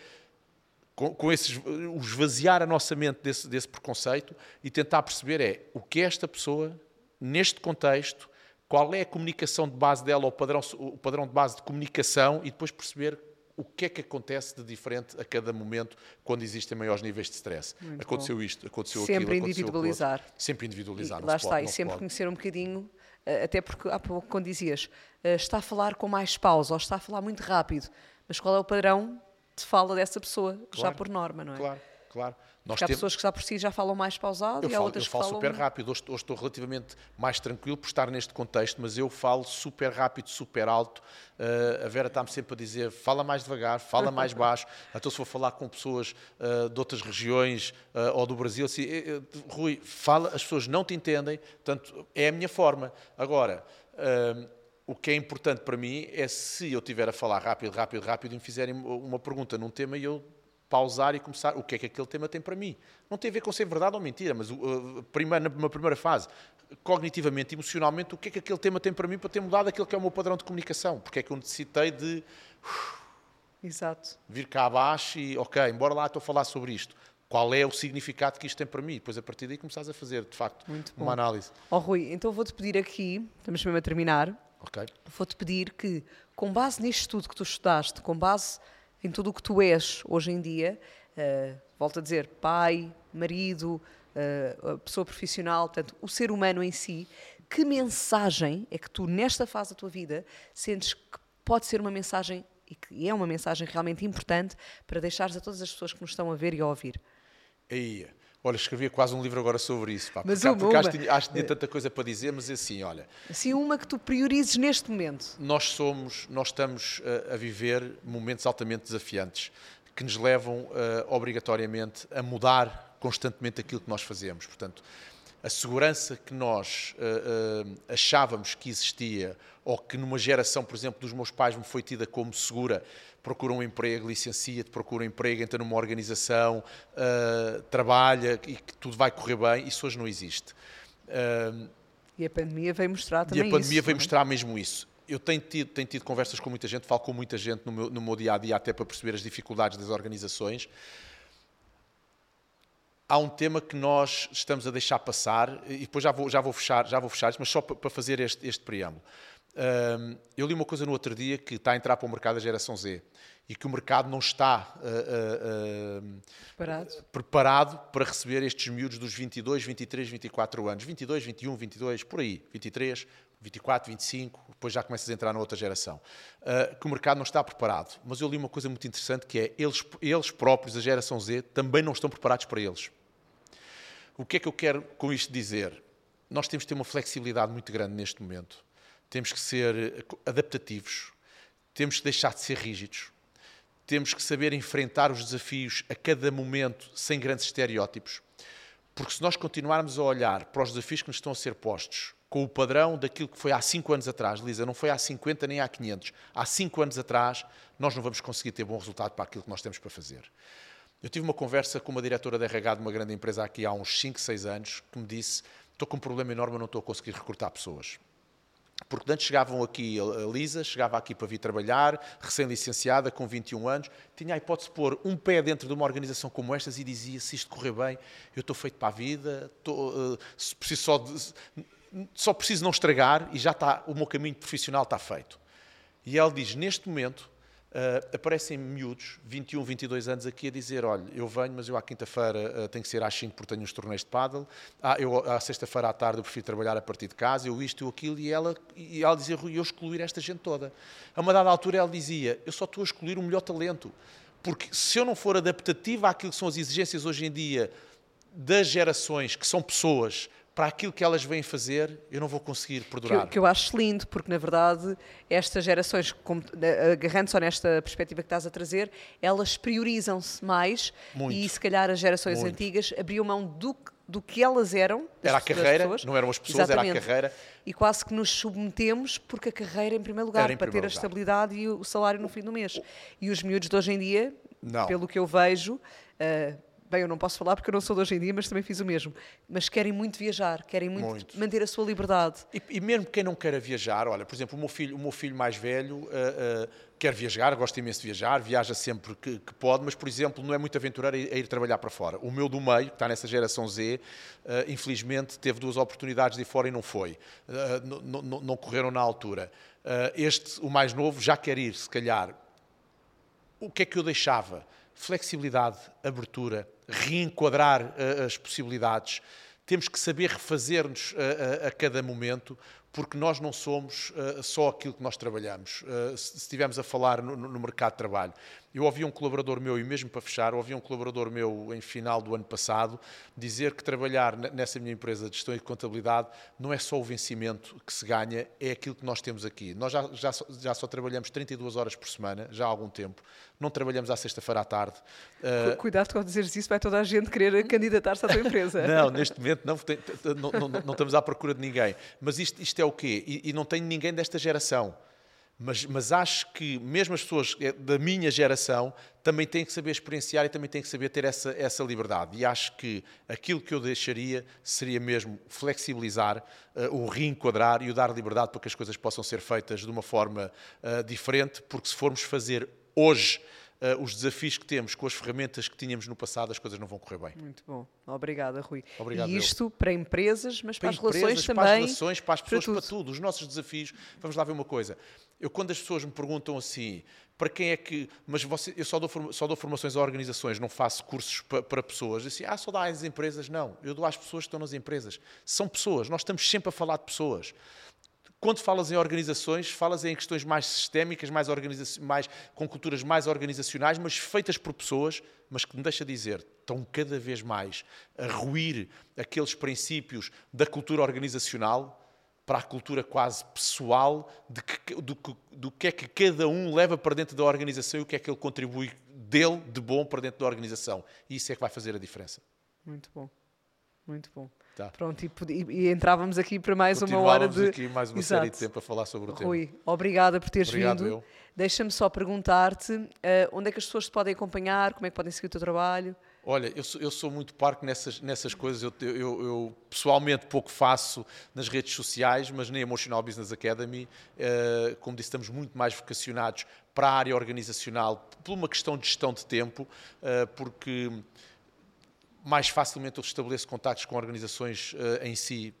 com, com esses, o esvaziar a nossa mente desse, desse preconceito e tentar perceber é o que é esta pessoa, neste contexto, qual é a comunicação de base dela, o padrão, o padrão de base de comunicação e depois perceber o que é que acontece de diferente a cada momento quando existem maiores níveis de stress. Muito aconteceu bom. Isto, aconteceu sempre aquilo, individualizar. Aconteceu sempre individualizar. E, lá está, e sempre conhecer um bocadinho, até porque há pouco quando dizias, está a falar com mais pausa ou está a falar muito rápido, mas qual é o padrão de fala dessa pessoa, claro, já por norma, não é? Claro, claro. Nós Porque há temos... pessoas que já por si já falam mais pausado eu e há falo, outras eu falo que falam... super rápido. Hoje, hoje estou relativamente mais tranquilo por estar neste contexto, mas eu falo super rápido, super alto. Uh, a Vera está-me sempre a dizer, fala mais devagar, fala mais baixo. Então se for falar com pessoas uh, de outras regiões uh, ou do Brasil, assim, uh, Rui, fala, as pessoas não te entendem, portanto, é a minha forma. Agora... Uh, o que é importante para mim é se eu estiver a falar rápido, rápido, rápido e me fizerem uma pergunta num tema e eu pausar e começar o que é que aquele tema tem para mim. Não tem a ver com ser verdade ou mentira, mas uh, primeiro, na primeira fase, cognitivamente, emocionalmente, o que é que aquele tema tem para mim para ter mudado aquilo que é o meu padrão de comunicação. Porque é que eu necessitei de uh, Exato. vir cá abaixo e, ok, bora lá, estou a falar sobre isto. Qual é o significado que isto tem para mim? Depois, a partir daí, começares a fazer, de facto, uma análise. Ó, Rui, então vou-te pedir aqui, estamos mesmo a terminar, okay. Vou-te pedir que, com base nisto tudo que tu estudaste, com base em tudo o que tu és hoje em dia, uh, volto a dizer, pai, marido, uh, pessoa profissional, portanto, o ser humano em si, que mensagem é que tu, nesta fase da tua vida, sentes que pode ser uma mensagem, e que é uma mensagem realmente importante, para deixares a todas as pessoas que nos estão a ver e a ouvir? Aí, olha, escrevia quase um livro agora sobre isso, pá, mas porque, uma, porque uma. Acho, que tinha, acho que tinha tanta coisa para dizer, mas assim, olha... Assim, uma que tu priorizes neste momento. Nós somos, nós estamos a, a viver momentos altamente desafiantes, que nos levam uh, obrigatoriamente a mudar constantemente aquilo que nós fazemos. Portanto, a segurança que nós uh, uh, achávamos que existia, ou que numa geração, por exemplo, dos meus pais me foi tida como segura, procura um emprego, licencia-te, procura um emprego, entra numa organização, uh, trabalha e que tudo vai correr bem, isso hoje não existe. Uh, e a pandemia veio mostrar também isso. E a pandemia isso, veio não é? mostrar mesmo isso. Eu tenho tido, tenho tido conversas com muita gente, falo com muita gente no meu, no meu dia-a-dia, até para perceber as dificuldades das organizações. Há um tema que nós estamos a deixar passar, e depois já vou, já vou fechar, já vou fechar isto, mas só para, para fazer este, este preâmbulo. Um, eu li uma coisa no outro dia que está a entrar para o mercado da geração Z e que o mercado não está uh, uh, uh, preparado. preparado para receber estes miúdos dos vinte e dois, vinte e três, vinte e quatro anos. vinte e dois, vinte e um, vinte e dois, por aí. vinte e três, vinte e quatro, vinte e cinco, depois já começas a entrar na outra geração. Uh, que o mercado não está preparado. Mas eu li uma coisa muito interessante que é eles, eles próprios, a geração Z, também não estão preparados para eles. O que é que eu quero com isto dizer? Nós temos que ter uma flexibilidade muito grande neste momento. Temos que ser adaptativos, temos que deixar de ser rígidos, temos que saber enfrentar os desafios a cada momento sem grandes estereótipos, porque se nós continuarmos a olhar para os desafios que nos estão a ser postos com o padrão daquilo que foi há cinco anos atrás, Lisa, não foi há cinquenta nem há quinhentos, há cinco anos atrás, nós não vamos conseguir ter bom resultado para aquilo que nós temos para fazer. Eu tive uma conversa com uma diretora de R H de uma grande empresa aqui há uns cinco, seis anos, que me disse, estou com um problema enorme, eu não estou a conseguir recrutar pessoas. Porque antes chegavam aqui, a Lisa chegava aqui para vir trabalhar, recém-licenciada, com vinte e um anos, tinha a hipótese de pôr um pé dentro de uma organização como estas e dizia, se isto correr bem, eu estou feito para a vida, estou, uh, preciso só, de, só preciso não estragar e já está, o meu caminho profissional está feito. E ela diz, neste momento, Uh, aparecem miúdos, vinte e um, vinte e dois anos aqui a dizer, olha, eu venho, mas eu à quinta-feira uh, tenho que ser às cinco porque tenho uns torneios de pádel, ah, eu à sexta-feira à tarde eu prefiro trabalhar a partir de casa, eu isto, eu aquilo, e ela, e ela dizia, Rui, eu excluir esta gente toda. A uma dada altura ela dizia, eu só estou a excluir o melhor talento, porque se eu não for adaptativa àquilo que são as exigências hoje em dia das gerações, que são pessoas, para aquilo que elas vêm fazer, eu não vou conseguir perdurar. Que, que eu acho lindo, porque na verdade estas gerações, como, agarrando só nesta perspectiva que estás a trazer, elas priorizam-se mais. Muito. E se calhar as gerações Muito. antigas abriam mão do, do que elas eram. Era a carreira, pessoas. Não eram as pessoas, Exatamente. Era a carreira. E quase que nos submetemos porque a carreira em primeiro lugar, em para primeiro ter lugar. a estabilidade e o salário no fim do mês. E os miúdos de hoje em dia, não. pelo que eu vejo... Uh, bem, eu não posso falar porque eu não sou de hoje em dia, mas também fiz o mesmo, mas querem muito viajar, querem muito, Muito. manter a sua liberdade. E, e mesmo quem não queira viajar, olha, por exemplo, o meu filho, o meu filho mais velho uh, uh, quer viajar, gosta imenso de viajar, viaja sempre que, que pode, mas, por exemplo, não é muito aventureiro a ir, a ir trabalhar para fora. O meu do meio, que está nessa geração Z, uh, infelizmente teve duas oportunidades de ir fora e não foi. Uh, não, não, não correram na altura. Uh, este, o mais novo, já quer ir, se calhar. O que é que eu deixava? Flexibilidade, abertura, reenquadrar uh, as possibilidades. Temos que saber refazer-nos a, a, a cada momento, porque nós não somos uh, só aquilo que nós trabalhamos. Uh, se estivermos a falar no, no mercado de trabalho. Eu ouvi um colaborador meu, e mesmo para fechar, ouvi um colaborador meu em final do ano passado, dizer que trabalhar nessa minha empresa de gestão e de contabilidade não é só o vencimento que se ganha, é aquilo que nós temos aqui. Nós já, já, já só trabalhamos trinta e duas horas por semana, já há algum tempo. Não trabalhamos à sexta-feira à tarde. Uh, Cuidado com dizeres isso, vai toda a gente querer candidatar-se à tua empresa. Não, neste momento não, tem, não, não, não estamos à procura de ninguém. Mas isto, isto é o quê? E, e não tenho ninguém desta geração. Mas, mas acho que mesmo as pessoas da minha geração também têm que saber experienciar e também têm que saber ter essa, essa liberdade. E acho que aquilo que eu deixaria seria mesmo flexibilizar, uh, o reenquadrar e o dar liberdade para que as coisas possam ser feitas de uma forma uh, diferente, porque se formos fazer hoje uh, os desafios que temos com as ferramentas que tínhamos no passado, as coisas não vão correr bem. Muito bom. Obrigada, Rui. Obrigado, e isto eu. para empresas, mas para, para as empresas, relações para também. Para as relações, para as pessoas, para para tudo. tudo. Os nossos desafios. Vamos lá ver uma coisa. Eu, quando as pessoas me perguntam assim, para quem é que... Mas você, eu só dou, só dou formações a organizações, não faço cursos para, para pessoas. Assim, ah, só dá às empresas. Não, eu dou às pessoas que estão nas empresas. São pessoas. Nós estamos sempre a falar de pessoas. Quando falas em organizações, falas em questões mais sistémicas, mais, organiza- mais com culturas mais organizacionais, mas feitas por pessoas, mas que me deixa dizer, estão cada vez mais a ruir aqueles princípios da cultura organizacional para a cultura quase pessoal de que, do, do que é que cada um leva para dentro da organização e o que é que ele contribui dele de bom para dentro da organização. E isso é que vai fazer a diferença. Muito bom. Muito bom. Tá. Pronto, e, e, e entrávamos aqui para mais uma hora de... aqui mais uma Exato. série de tempo a falar sobre o tema. Rui, obrigada por teres Obrigado, vindo. eu. Deixa-me só perguntar-te uh, onde é que as pessoas te podem acompanhar, como é que podem seguir o teu trabalho? Olha, eu sou, eu sou muito parco nessas, nessas coisas. Eu, eu, eu, pessoalmente pouco faço nas redes sociais, mas na Emotional Business Academy, uh, como disse, estamos muito mais vocacionados para a área organizacional, por uma questão de gestão de tempo, uh, porque mais facilmente eu estabeleço contactos com organizações uh, em si,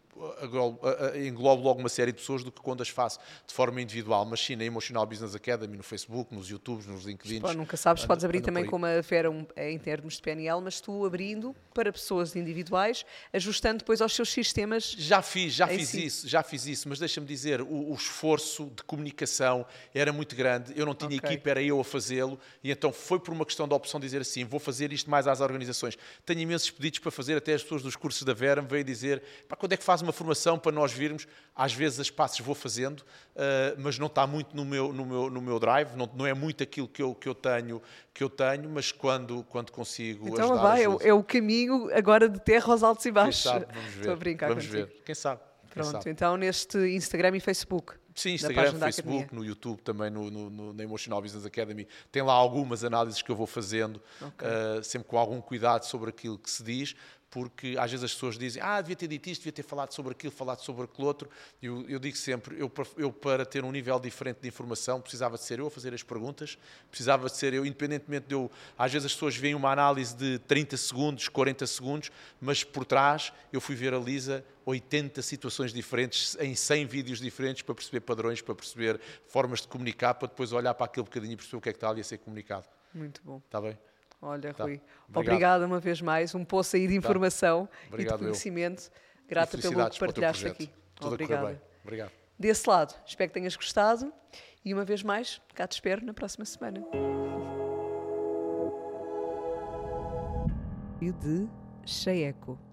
englobo logo uma série de pessoas do que quando as faço de forma individual, mas sim na Emotional Business Academy, no Facebook, nos YouTubes, nos LinkedIn. Pô, nunca sabes, podes abrir também como a Vera um, em termos de P N L, mas tu abrindo para pessoas individuais, ajustando depois aos seus sistemas. Já fiz, já fiz si. isso, já fiz isso, mas deixa-me dizer, o, o esforço de comunicação era muito grande, eu não tinha Okay. equipa, era eu a fazê-lo, e então foi por uma questão de opção de dizer assim, vou fazer isto mais às organizações. Tenho imensos pedidos para fazer, até as pessoas dos cursos da Vera me veem dizer, pá, quando é que faz uma formação para nós virmos? Às vezes as passos vou fazendo, uh, mas não está muito no meu, no meu, no meu drive, não, não é muito aquilo que eu, que eu, tenho, que eu tenho, mas quando, quando consigo então, ajudar, vai, é, ajudo. é o caminho agora de terra aos altos e baixos. Quem sabe, vamos ver. Estou a brincar vamos contigo. ver, quem sabe. Quem Pronto, sabe. então neste Instagram e Facebook. Sim, na Instagram, página da Facebook, Academia. no YouTube, também no, no, no, na Emotional Business Academy. Tem lá algumas análises que eu vou fazendo, Ok. uh, sempre com algum cuidado sobre aquilo que se diz, porque às vezes as pessoas dizem, ah, devia ter dito isto, devia ter falado sobre aquilo, falado sobre aquilo outro. Eu, eu digo sempre, eu, eu para ter um nível diferente de informação, precisava de ser eu a fazer as perguntas, precisava de ser eu, independentemente de eu... Às vezes as pessoas veem uma análise de trinta segundos, quarenta segundos, mas por trás eu fui ver a Lisa oitenta situações diferentes, em cem vídeos diferentes, para perceber padrões, para perceber formas de comunicar, para depois olhar para aquele bocadinho e perceber o que é que está ali a ser comunicado. Muito bom. Está bem? Olha, Tá. Rui, Obrigado. obrigada uma vez mais. Um poço aí de informação Obrigado, e de eu. conhecimento. Grata E pelo que felicidades para o teu partilhaste projeto. aqui. Tudo Obrigada. a correr bem. Obrigado. Desse lado, espero que tenhas gostado e uma vez mais, cá te espero na próxima semana. De Cheieco.